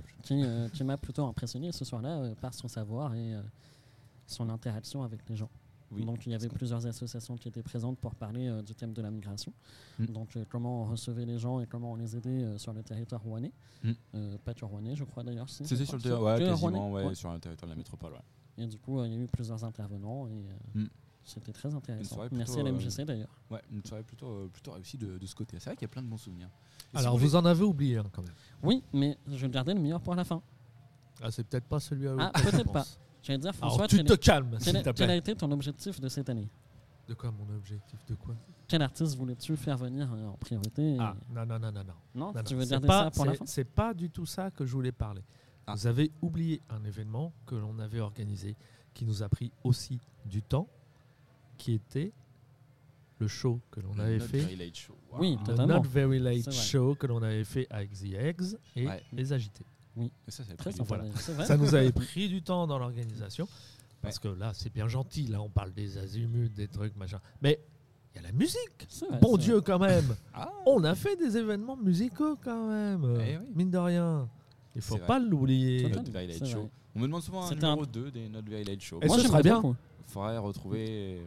S3: Qui m'a plutôt impressionné ce soir-là par son savoir et son interaction avec les gens.
S1: Oui.
S3: Donc il y avait plusieurs associations qui étaient présentes pour parler du thème de la migration. Donc comment on recevait les gens et comment on les aidait sur le territoire rouennais. Pas que rouennais, je crois d'ailleurs.
S1: C'était sur le territoire, quasiment, sur le territoire de la métropole. Ouais.
S3: Et du coup, il y a eu plusieurs intervenants et c'était très intéressant. Merci à l'MGC d'ailleurs.
S1: Ouais, une soirée plutôt réussie de ce côté. C'est vrai qu'il y a plein de bons souvenirs. Et
S2: Alors vous en avez oublié un quand même.
S3: Oui, mais je gardais le meilleur pour la fin.
S2: Ah, c'est peut-être pas celui à
S3: Ah, peut-être pas. J'allais dire, François,
S2: Alors tu te calmes, s'il te
S3: quel a
S2: plaît.
S3: été ton objectif de cette année?
S2: De quoi mon objectif? De quoi?
S3: Quel artiste voulais-tu faire venir en priorité?
S2: Ah, non.
S3: Non,
S2: Non,
S3: tu
S2: non,
S3: veux
S2: c'est
S3: garder
S2: pas-
S3: ça pour la
S2: c'est-
S3: fin?
S2: C'est pas du tout ça que je voulais parler.
S1: Ah.
S2: Vous avez oublié un événement que l'on avait organisé, qui nous a pris aussi du temps, qui était le show que l'on avait fait.
S1: Very Late Show. Wow.
S3: Oui,
S2: Le
S3: totalement.
S2: Not Very
S3: C'est
S2: Late
S3: vrai.
S2: Show que l'on avait fait avec The Eggs et les Agités.
S1: Et ça, c'est
S3: Très
S1: très
S3: sympa.
S2: Voilà.
S3: C'est vrai.
S2: Ça nous avait pris du temps dans l'organisation. Parce que là, c'est bien gentil. Là, on parle des azimuts, des trucs, machin. Mais il y a la musique.
S3: C'est vrai,
S2: Bon
S3: c'est
S2: Dieu, quand même.
S1: Ah.
S2: On a fait des événements musicaux, quand même.
S1: Eh oui.
S2: Mine de rien. Il faut
S1: C'est
S2: pas l'oublier.
S3: Total.
S1: Not Very Late
S3: C'est
S1: Show.
S3: vrai.
S1: On me demande souvent un
S3: C'était
S1: numéro 2 des Not Very Late Show.
S2: Et
S3: Moi,
S2: ce
S3: j'aimerais
S2: serait bien.
S3: beaucoup.
S1: Il faudrait retrouver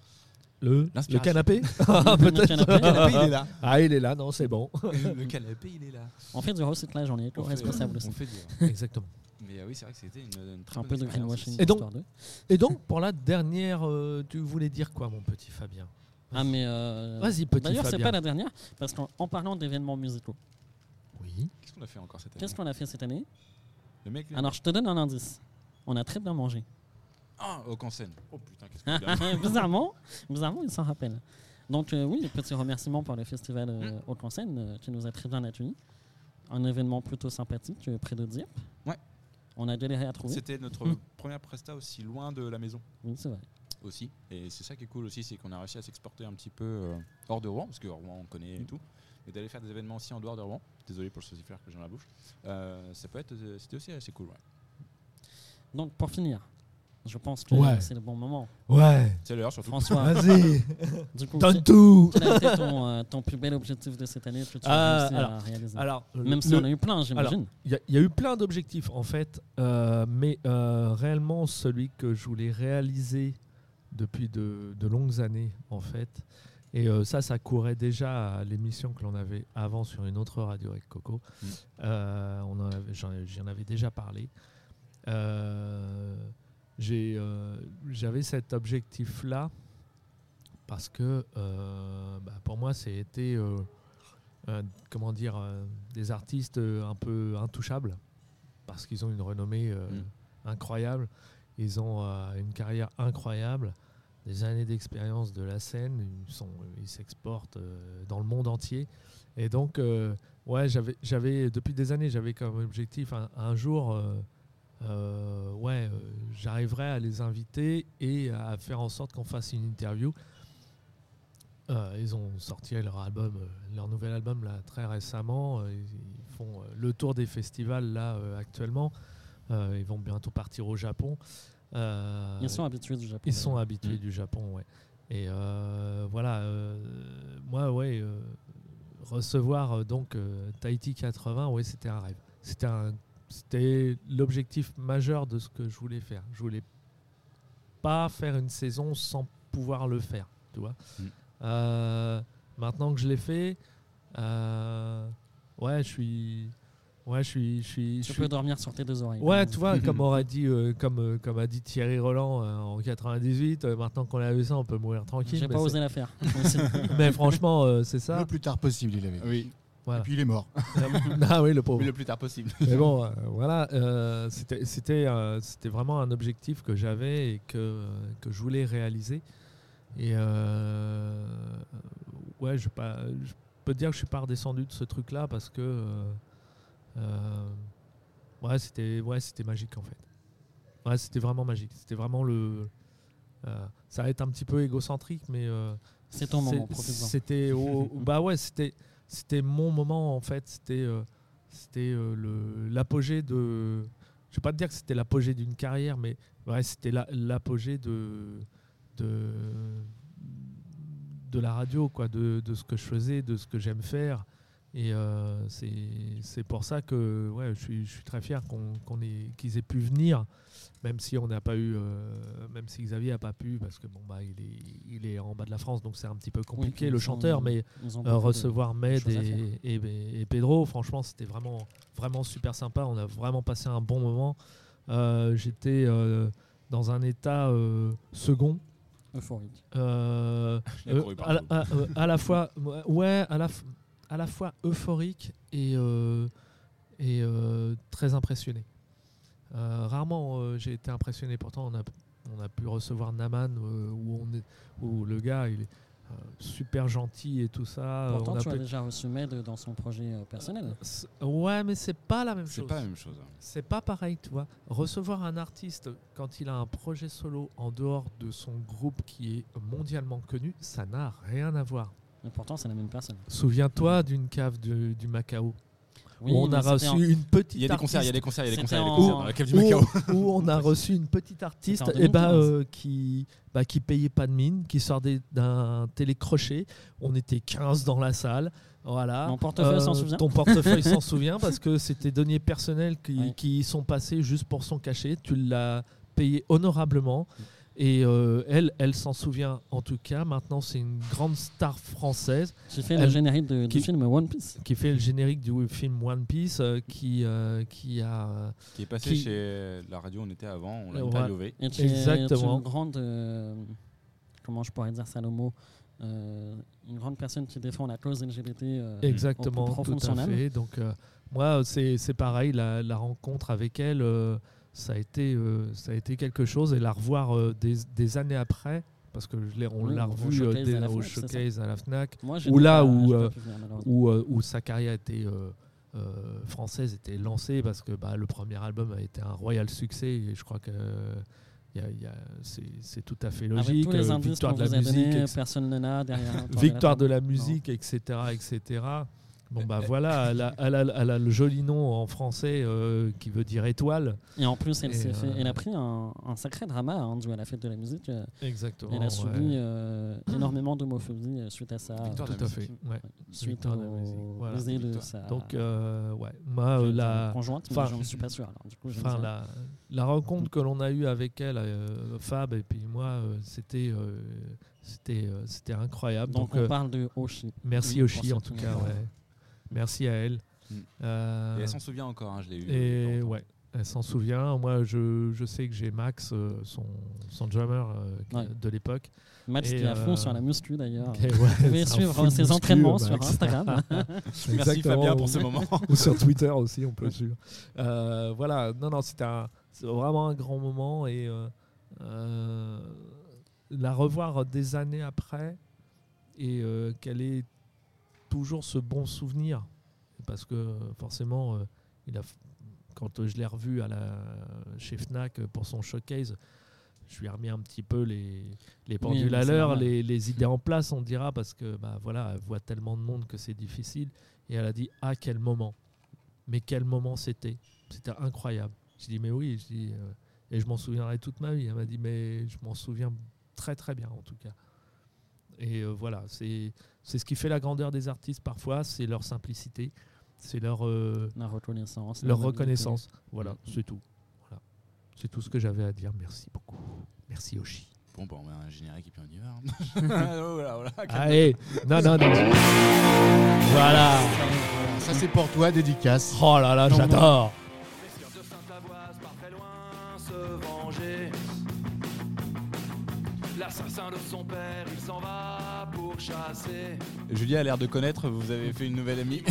S2: Le
S1: L'inspiration.
S2: canapé.
S3: Le canapé.
S1: le canapé, il est là.
S2: Ah, il est là. Non, c'est bon.
S1: Le canapé, il est là.
S3: On fait du recyclage, on est éco-responsable aussi.
S1: On fait du.
S2: Exactement.
S1: Mais oui, c'est vrai que c'était une très
S3: Un
S1: bonne
S3: peu de
S1: expérience
S3: greenwashing.
S1: aussi.
S2: Et donc-
S3: histoire de-
S2: Et donc, pour la dernière, tu voulais dire quoi, mon petit Fabien?
S3: Ah, mais.
S2: Vas-y, petit
S3: D'ailleurs, c'est
S2: Fabien.
S3: pas la dernière, parce qu'en parlant d'événements musicaux,
S2: Oui.
S1: Qu'est-ce qu'on a fait encore cette année
S3: qu'est-ce qu'on a fait cette année?
S1: Le mec.
S3: Alors, je te donne un indice. On a très bien mangé.
S1: Ah, au Cansen. Oh putain, qu'est-ce qu'on a bien.
S3: bizarrement, il s'en rappelle. Donc oui, petit remerciement pour le festival au Cansen qui nous a très bien accueillis. Un événement plutôt sympathique près de Dieppe.
S1: Ouais.
S3: On a galéré à trouver.
S1: C'était notre première presta aussi loin de la maison
S3: Oui, c'est vrai.
S1: aussi. Et c'est ça qui est cool aussi, c'est qu'on a réussi à s'exporter un petit peu hors de Rouen, parce que Rouen on connaît et tout. Mais d'aller faire des événements aussi en dehors de Rouen. Désolé pour le saucifleur que j'ai dans la bouche. C'était aussi assez cool. Ouais.
S3: Donc pour finir, je pense que
S2: Ouais.
S3: c'est le bon moment.
S2: Ouais.
S1: C'est l'heure surtout.
S3: François,
S2: Vas-y.
S3: du coup,
S2: Donne tout.
S3: quel a été ton plus bel objectif de cette année que tu as réussi à réaliser?
S2: Alors,
S3: Même si on a eu plein, j'imagine.
S2: Il y a eu plein d'objectifs en fait, mais réellement celui que je voulais réaliser depuis de longues années en fait, et ça courait déjà à l'émission que l'on avait avant sur une autre radio avec Coco. J'en avais déjà parlé. J'avais cet objectif là parce que pour moi c'était comment dire, des artistes un peu intouchables parce qu'ils ont une renommée incroyable. Ils ont une carrière incroyable, des années d'expérience de la scène. Ils s'exportent dans le monde entier. Et donc, j'avais depuis des années, j'avais comme objectif un jour, j'arriverai à les inviter et à faire en sorte qu'on fasse une interview. Ils ont sorti leur nouvel album là, très récemment. Ils font le tour des festivals là actuellement. Ils vont bientôt partir au Japon.
S3: Ils sont habitués du Japon.
S2: Ils sont habitués du Japon, ouais. Et recevoir donc Tahiti 80, c'était un rêve. C'était l'objectif majeur de ce que je voulais faire. Je voulais pas faire une saison sans pouvoir le faire, tu vois. Maintenant que je l'ai fait, je suis.
S3: Tu peux dormir sur tes deux oreilles.
S2: Ouais, tu vois, comme a dit Thierry Roland en 98, maintenant qu'on a vu ça, on peut mourir tranquille.
S3: J'ai pas osé la faire.
S2: Mais franchement, c'est ça.
S4: Le plus tard possible, il avait dit.
S1: Oui.
S2: Voilà.
S4: Et puis il est mort.
S2: Ah oui, le pauvre.
S1: Mais le plus tard possible.
S2: Mais bon, c'était vraiment un objectif que j'avais et que je voulais réaliser. Et je peux dire que je suis pas redescendu de ce truc-là parce que c'était magique en fait. Ouais, c'était vraiment magique. C'était vraiment ça va être un petit peu égocentrique, mais
S3: c'est ton moment.
S2: C'était c'était mon moment en fait. C'était l'apogée de. Je vais pas te dire que c'était l'apogée d'une carrière, mais c'était l'apogée de la radio, quoi, de ce que je faisais, de ce que j'aime faire. Et c'est pour ça que je suis très fier qu'ils aient pu venir, même si on n'a pas eu, même si Xavier n'a pas pu, parce que il est en bas de la France, donc c'est un petit peu compliqué, le chanteur, mais recevoir Med et Pedro, franchement, c'était vraiment, vraiment super sympa. On a vraiment passé un bon moment. J'étais dans un état second.
S3: Euphorique.
S2: À la fois, à la fois euphorique et très impressionné. Rarement j'ai été impressionné. Pourtant, on a pu recevoir Naman où le gars il est super gentil et tout ça.
S3: Pourtant, tu as déjà reçu Med dans son projet personnel.
S2: Ouais, mais c'est pas la même chose.
S1: C'est pas la même chose.
S2: C'est pas pareil, tu vois. Recevoir un artiste quand il a un projet solo en dehors de son groupe qui est mondialement connu, ça n'a rien à voir.
S3: Mais pourtant, c'est la même personne.
S2: Souviens-toi d'une cave du Macao.
S3: Oui,
S2: où on a reçu une petite
S1: Il y a des concerts
S2: dans
S1: la cave du Macao.
S2: Où on a reçu une petite artiste qui payait pas de mine, qui sortait d'un télécrochet. On était 15 dans la salle. Voilà.
S3: Mon portefeuille s'en souvient.
S2: Ton portefeuille s'en souvient parce que c'était des deniers personnels qui sont passés juste pour son cachet. Tu l'as payé honorablement. Et elle s'en souvient en tout cas. Maintenant, c'est une grande star française.
S3: Qui fait le générique du film One Piece.
S2: Qui fait le générique du film One Piece, qui
S1: est passé chez la radio où on était avant. On l'a interviewé.
S2: Exactement.
S3: Une grande, comment je pourrais dire ça le mot, une grande personne qui défend la cause LGBT.
S2: Exactement,
S3: au plus profond
S2: tout
S3: de son
S2: à fait.
S3: âme.
S2: Donc moi, c'est pareil. La rencontre avec elle. Ça a été quelque chose, et la revoir des années après, parce que on l'a revu au showcase à la FNAC, où sa carrière était française était lancée, parce que le premier album a été un royal succès, et je crois que c'est tout à fait logique.
S3: Avec tous les indices
S2: victoire
S3: qu'on
S2: de la
S3: vous a
S2: musique,
S3: donné, personne ne n'a derrière.
S2: victoire de la musique, etc., etc. Bon voilà, elle a le joli nom en français qui veut dire étoile.
S3: Et en plus, elle a pris un sacré drama dû à la fête de la musique.
S2: Exactement.
S3: Elle a subi énormément d'homophobie suite à ça.
S2: Tout à fait. Ouais.
S3: Suite au baiser de sa.
S2: Donc moi la
S3: conjointe, mais je ne suis pas sûr. Alors, du coup,
S2: la rencontre que l'on a eue avec elle, Fab et puis moi, c'était incroyable.
S3: Donc on parle de Oshi.
S2: Merci Oshi en tout cas. Merci à elle.
S1: Et elle s'en souvient encore, je l'ai eu.
S2: Et elle s'en souvient. Moi, je sais que j'ai Max, son drummer de l'époque.
S3: Max qui est à fond sur la muscu d'ailleurs.
S2: Vous
S3: pouvez suivre ses entraînements sur Instagram.
S1: Merci Fabien pour ce moment.
S2: Ou sur Twitter aussi, on peut le suivre. Voilà, non, c'était C'est vraiment un grand moment et la revoir des années après et qu'elle ait toujours ce bon souvenir. Parce que forcément, quand je l'ai revu chez Fnac pour son showcase, je lui ai remis un petit peu les pendules à l'heure, les idées en place, on dira, parce que voilà, elle voit tellement de monde que c'est difficile. Et elle a dit « Ah, quel moment !» Mais quel moment c'était incroyable. Je dis « Mais oui !» et je m'en souviendrai toute ma vie. Elle m'a dit « Mais je m'en souviens très très bien en tout cas. » Et voilà, c'est ce qui fait la grandeur des artistes parfois, c'est leur simplicité, c'est leur reconnaissance. Voilà, c'est tout. Voilà. C'est tout ce que j'avais à dire. Merci beaucoup. Merci Oshi.
S1: Bon, on met un générique et puis on y va. Voilà.
S2: Allez, non. Voilà.
S4: Ça c'est pour toi, dédicace.
S2: Oh là là, j'adore.
S7: L'assassin de son père, il s'en va pour chasser.
S1: Julie a l'air de connaître, vous avez fait une nouvelle amie.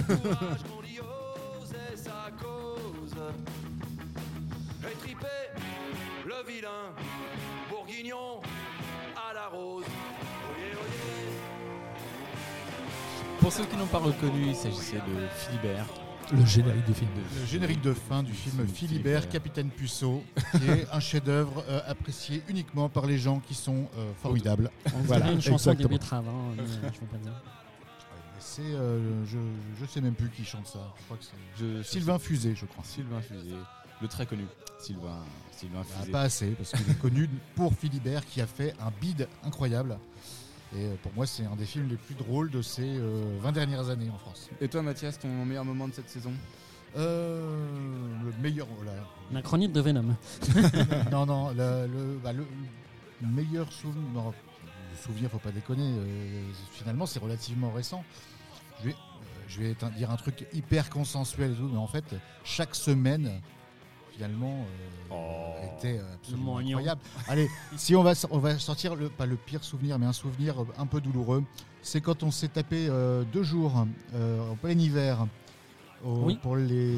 S7: Sa cause. Étripé, le vilain, bourguignon à la rose. Oyez, oyez.
S1: Pour ceux qui n'ont pas reconnu, il s'agissait de Philibert.
S2: Le générique du film.
S4: Le générique de fin du film Philibert, Capitaine Puceau, qui est un chef-d'œuvre apprécié uniquement par les gens qui sont formidables.
S3: Voilà, une chanson des betteraves, je veux pas dire.
S4: C'est, je sais même plus qui chante ça. Je crois que c'est Sylvain Fusé, je crois.
S1: Sylvain Fusé, le très connu. Sylvain Fusé.
S4: Pas assez, parce qu'il est connu pour Philibert, qui a fait un bide incroyable. Et pour moi, c'est un des films les plus drôles de ces 20 dernières années en France.
S1: Et toi, Mathias, ton meilleur moment de cette saison ?
S4: Le meilleur...
S3: La chronique de Venom.
S4: Non, le meilleur souvenir... Non, le souvenir, faut pas déconner. Finalement, c'est relativement récent. Je vais dire un truc hyper consensuel et tout, mais en fait, chaque semaine... finalement était absolument incroyable. Allez, si on va sortir pas le pire souvenir, mais un souvenir un peu douloureux, c'est quand on s'est tapé 2 jours en plein hiver pour les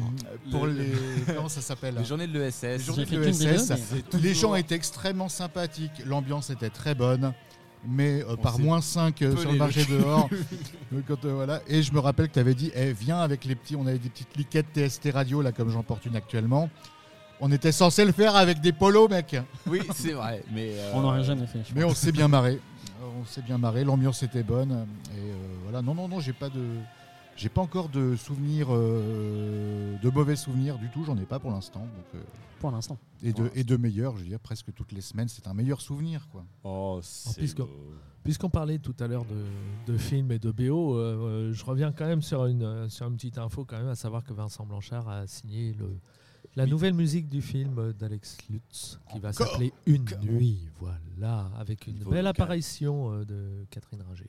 S4: comment ça s'appelle,
S1: les journées de l'ESS.
S4: Les journées de l'ESS. Les gens étaient extrêmement sympathiques, l'ambiance était très bonne. Mais par -5 sur le marché dehors. Voilà. Et je me rappelle que tu avais dit viens avec les petits, on avait des petites liquettes TST radio là, comme j'en porte une actuellement. On était censé le faire avec des polos, mec.
S1: Oui, c'est vrai, mais
S3: on n'aurait jamais fait.
S4: Mais on s'est bien marré. L'ambiance était bonne. Et voilà, non, j'ai pas encore de souvenirs, de mauvais souvenirs du tout. J'en ai pas pour l'instant. Donc,
S3: pour l'instant.
S4: Et de meilleurs, je veux dire, presque toutes les semaines, c'est un meilleur souvenir, quoi.
S1: Oh,
S2: puisqu'on parlait tout à l'heure de films et de BO, je reviens quand même sur une petite info quand même, à savoir que Vincent Blanchard a signé la nouvelle musique du film d'Alex Lutz, qui va s'appeler Une nuit, voilà, avec une belle apparition de Catherine Ringer.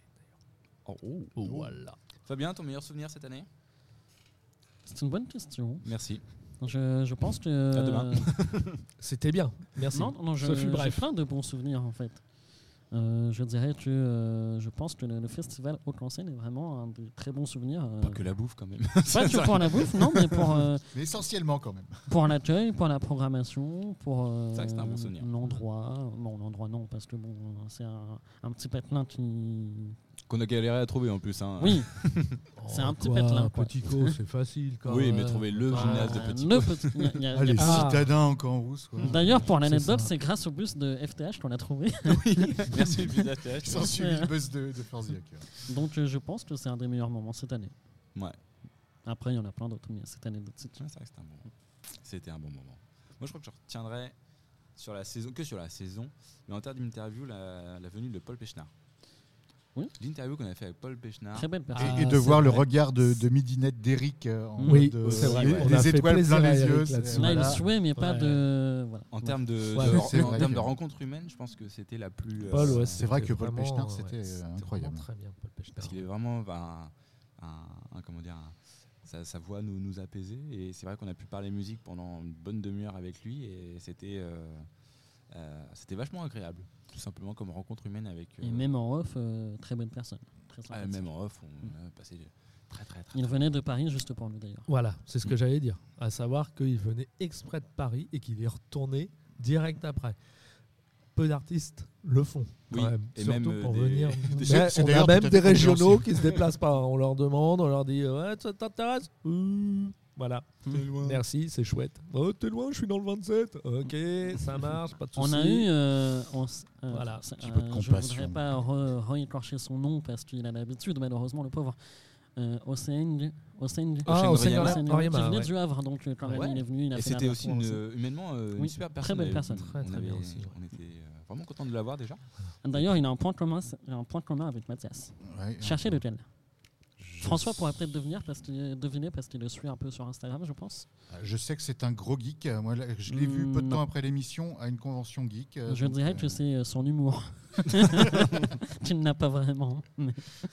S2: Voilà.
S1: Fabien, ton meilleur souvenir cette année ?
S3: C'est une bonne question.
S1: Merci.
S3: Je pense que...
S1: À demain.
S2: C'était bien, merci.
S3: Non, j'ai plein de bons souvenirs en fait. Je dirais que je pense que le festival Haute-en-Seine est vraiment un des très bons souvenirs.
S1: Pas que la bouffe quand même.
S3: Pas que pour la bouffe, non, mais pour...
S4: mais essentiellement quand même.
S3: Pour l'accueil, pour la programmation, pour
S1: c'est vrai que c'est un bon souvenir.
S3: L'endroit. Bon, l'endroit non, parce que bon, c'est un petit patelin
S1: qu'on a galéré à trouver en plus. Hein.
S3: Oui, c'est un petit patelin.
S2: Petico, c'est facile quand même.
S1: Oui, mais trouver le gymnase de Petico.
S4: Les citadins en Cambrousse.
S3: D'ailleurs, pour l'anecdote, c'est grâce au bus de FTH qu'on l'a trouvé.
S1: Oui, merci le bus de FTH.
S4: Sans suivi le bus de Forziac.
S3: Donc je pense que c'est un des meilleurs moments cette année.
S1: Ouais.
S3: Après, il y en a plein d'autres, mais cette année d'autres.
S1: C'est vrai que c'était un bon moment. Moi, je crois que je retiendrai sur la saison, mais en termes d'interview, la venue de Paul Péchnard.
S3: Oui.
S1: L'interview qu'on a fait avec Paul Péchnard.
S3: Très belle personne.
S4: Et de voir le regard de midinette d'Eric
S2: c'est vrai.
S4: les étoiles plein les yeux.
S3: Là, il souhait, mais pas de... Voilà.
S1: En termes de rencontre humaine, je pense que c'était la plus...
S2: Paul,
S4: c'est vrai que Paul Péchnard, c'était incroyable.
S2: Très bien, Paul Péchnard.
S1: Parce qu'il est vraiment comment dire... Sa voix nous apaisait. Et c'est vrai qu'on a pu parler musique pendant une bonne demi-heure avec lui. Et c'était vachement agréable. Tout simplement comme rencontre humaine avec...
S3: Et même en off, très bonne personne. Très
S1: même en off, on a passé
S3: Il venait de Paris juste pour nous d'ailleurs.
S2: Voilà, c'est ce que j'allais dire. À savoir qu'il venait exprès de Paris et qu'il est retourné direct après. Peu d'artistes le font.
S1: Oui,
S2: quand même,
S1: et
S2: surtout
S1: même
S2: pour
S1: des-
S2: venir.
S4: des-
S2: Mais
S4: c'est
S2: on a
S4: d'ailleurs
S2: même
S4: peut-être
S2: des régionaux
S4: compréhensible.
S2: qui se déplacent pas. On leur demande, on leur dit ouais, ça t'intéresse. Voilà. Merci, c'est chouette. Oh, t'es loin, je suis dans le 27. Ok, ça marche, pas de soucis.
S3: On a eu.
S2: Voilà,
S4: un petit peu de
S3: je ne
S4: compassion.
S3: voudrais pas réécorcher son nom parce qu'il a l'habitude, malheureusement, le pauvre. Océane.
S2: Ah, Océane
S3: Qui venait
S2: ouais.
S3: du Havre, donc quand
S1: Ouais.
S3: il est venu, il a
S1: Et
S3: fait
S1: c'était
S3: la
S1: aussi
S3: tour
S1: humainement une
S3: Oui,
S1: super
S3: très
S1: personne.
S3: belle personne.
S2: Très, très bien aussi, ouais.
S1: On était vraiment content de l'avoir déjà.
S3: D'ailleurs, il a un point commun avec Mathias.
S4: Ouais,
S3: Cherchez lequel. François pourrait peut-être deviner parce qu'il le suit un peu sur Instagram, je pense.
S4: Je sais que c'est un gros geek. Moi, je l'ai vu peu de temps
S3: Non.
S4: après l'émission à une convention geek.
S3: Je dirais que c'est son humour. Qu'il n'a pas vraiment. Mais...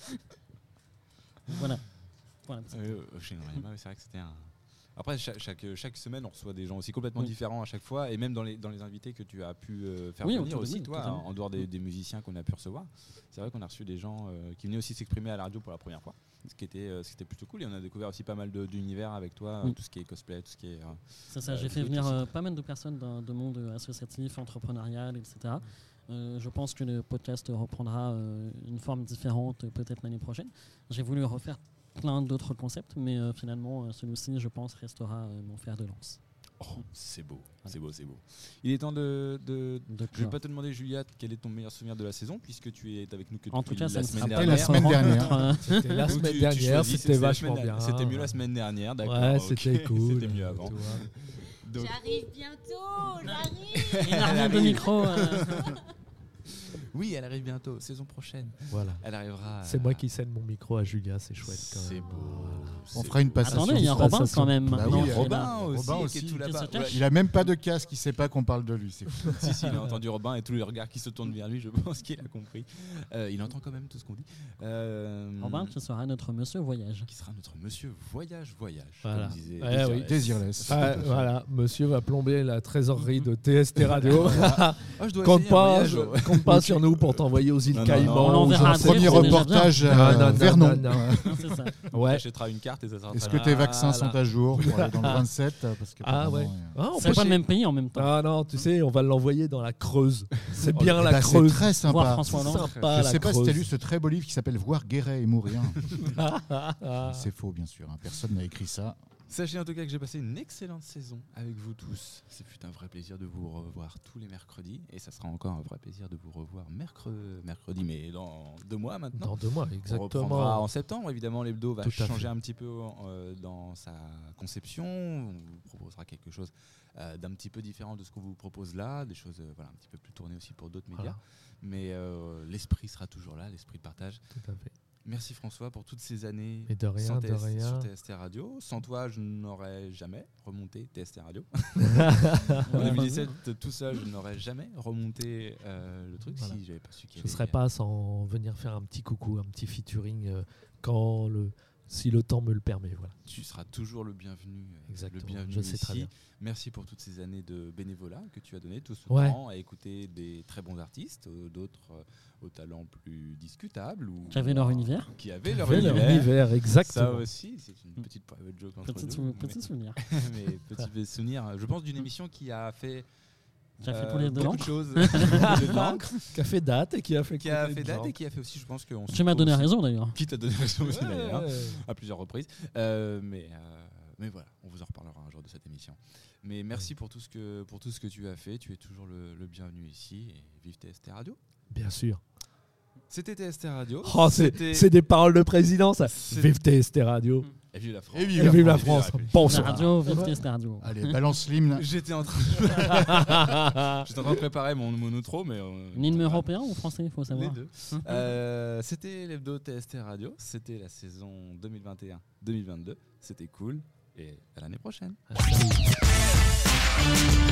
S3: voilà.
S1: Chez Norima, c'est vrai que c'était un. Après, chaque semaine, on reçoit des gens aussi complètement différents à chaque fois, et même dans les invités que tu as pu faire venir
S3: autour de
S1: aussi,
S3: nous,
S1: toi,
S3: totalement.
S1: en dehors des musiciens qu'on a pu recevoir. C'est vrai qu'on a reçu des gens qui venaient aussi s'exprimer à la radio pour la première fois, ce qui était plutôt cool, et on a découvert aussi pas mal d'univers avec toi,
S3: Oui.
S1: tout ce qui est cosplay, tout ce qui est.
S3: C'est ça, j'ai fait venir pas mal de personnes de monde associatif, entrepreneurial, etc. Je pense que le podcast reprendra une forme différente peut-être l'année prochaine. J'ai voulu refaire plein d'autres concepts, mais finalement, celui-ci, je pense, restera mon fer de lance.
S1: Oh, c'est beau, c'est beau, c'est beau. Il est temps de je vais pas te demander, Julia, quel est ton meilleur souvenir de la saison, puisque tu es avec nous que
S3: En tout cas, ça
S1: la
S3: ne
S1: semaine
S3: sera
S1: dernière.
S3: pas
S4: la semaine dernière.
S2: C'était la
S1: Ou
S2: semaine
S1: tu
S2: dernière,
S1: choisis,
S2: c'était
S1: la
S2: vachement
S1: semaine
S2: bien.
S1: C'était mieux la semaine dernière, d'accord.
S2: Ouais,
S1: ok,
S2: c'était cool.
S1: C'était mieux avant.
S2: Tu vois.
S1: Donc-
S5: J'arrive bientôt, j'arrive.
S3: Il arrive de micro.
S1: Oui, elle arrive bientôt, saison prochaine.
S2: Voilà.
S1: Elle arrivera.
S2: C'est moi qui cède mon micro à Julia, c'est chouette quand même.
S1: C'est beau.
S4: On fera une passation.
S3: Attendez, il y a
S2: Passation.
S3: Robin quand même.
S4: Bah
S3: maintenant
S4: oui,
S3: qui est
S1: Robin
S3: là.
S1: aussi,
S4: Robin
S1: qui
S4: aussi.
S1: est tout
S3: Qui
S1: là-bas.
S3: se cache.
S4: Il a même pas de casque, il sait pas qu'on parle de lui. C'est fou.
S1: Si, il a entendu Robin et tous les regards qui se tournent vers lui, je pense qu'il a compris. Il entend quand même tout ce qu'on dit.
S3: Robin qui sera notre monsieur voyage.
S1: Qui sera notre monsieur voyage.
S2: Voilà.
S1: Comme disait
S2: Ouais, oui.
S4: Désirless.
S2: Ah, voilà, monsieur va plomber la trésorerie de TST Radio.
S1: Ah, je dois
S2: compte
S1: essayer un
S2: pas,
S1: voyage.
S2: compte sur nous pour t'envoyer aux îles
S1: Non, non,
S2: Caïmans.
S3: non. On
S2: ou
S3: l'enverra
S2: j'en sais
S3: après,
S4: Premier
S2: pas.
S3: c'est déjà
S4: reportage
S2: Non,
S4: Vernon.
S3: C'est ça.
S2: Ouais.
S1: Achètera une carte et ça sera
S4: Est-ce
S1: très
S4: que tes
S1: bien.
S4: vaccins sont à jour pour aller dans le 27 parce que
S2: Ah
S4: apparemment,
S2: ouais. Ah, on
S3: C'est
S2: peut
S3: pas le
S2: chez-
S3: même pays en même temps.
S2: Ah non, tu sais, on va l'envoyer dans la Creuse. C'est bien
S4: bah,
S2: la
S4: c'est
S2: Creuse.
S4: très
S3: Voir
S4: sympa.
S3: François Hollande.
S2: Sympa,
S4: Je
S2: la
S4: sais pas si
S2: Creuse.
S4: t'as lu ce très beau livre qui s'appelle Voir Guéret et mourir.
S2: Ah.
S4: C'est faux, bien sûr. Personne n'a écrit ça.
S1: Sachez en tout cas que j'ai passé une excellente saison avec vous tous. Ce fut un vrai plaisir de vous revoir tous les mercredis. Et ça sera encore un vrai plaisir de vous revoir mercredi, mais dans 2 mois maintenant.
S2: Dans 2 mois,
S1: On reprendra
S2: exactement.
S1: en septembre. Évidemment, l'hebdo va
S2: Tout à
S1: changer
S2: fait.
S1: un petit peu dans sa conception. On vous proposera quelque chose d'un petit peu différent de ce qu'on vous propose là. Des choses un petit peu plus tournées aussi pour d'autres médias.
S2: Voilà.
S1: Mais l'esprit sera toujours là, l'esprit de partage.
S2: Tout à fait.
S1: Merci François pour toutes ces années
S2: Mais de rien,
S1: sans
S2: de rien.
S1: sur TST Radio. Sans toi, je n'aurais jamais remonté TST Radio. En 2017, tout seul, je n'aurais jamais remonté le truc
S2: Voilà.
S1: si j'avais pas su qu'il y
S2: Je ne
S1: avait-
S2: serais pas sans venir faire un petit coucou, un petit featuring si le temps me le permet. Voilà.
S1: Tu seras toujours le bienvenu.
S2: Exactement,
S1: Le bienvenu
S2: je sais
S1: ici.
S2: très bien.
S1: Merci pour toutes ces années de bénévolat que tu as donné, tout ce
S2: Ouais.
S1: temps à écouter des très bons artistes, d'autres au talent plus discutable. Ou
S3: Qui avaient leur univers.
S1: Qui avaient leur
S2: Fait leur
S1: univers.
S2: univers,
S1: Ça
S2: exactement.
S1: aussi, c'est une petite private joke entre
S3: Petit
S1: nous.
S3: souvenir.
S1: Mais petit souvenir, je pense, d'une émission qui a fait
S3: Qui a fait tous les deux
S1: beaucoup
S3: l'encre.
S1: de choses. De l'encre,
S2: Qui a fait date et qui a fait
S1: qui a
S2: couler
S1: fait
S2: de
S1: date
S2: gens.
S1: et qui a fait aussi, je pense, qu'on
S3: Tu m'as donné raison d'ailleurs.
S1: Qui t'a donné raison aussi,
S2: Ouais,
S1: d'ailleurs,
S2: ouais.
S1: à plusieurs reprises. Mais voilà, on vous en reparlera un jour de cette émission. Mais merci pour tout ce que tu as fait. Tu es toujours le bienvenu ici. Et vive TST Radio.
S2: Bien sûr.
S1: C'était TST Radio.
S2: Oh,
S1: C'était-
S2: c'est des paroles de président, ça.
S1: C'est-
S2: Vive TST Radio.
S1: Et vive la France.
S4: Et
S2: Et vive la France.
S3: La
S2: Bonsoir.
S3: radio, vive TST Radio.
S4: Allez, balance l'hymne.
S1: J'étais en train de préparer mon outro, mais
S3: Un hymne européen ou français, il faut
S1: les
S3: savoir.
S1: deux. C'était l'hebdo TST Radio. C'était la saison 2021-2022. C'était cool. Et à l'année prochaine.
S2: Salut.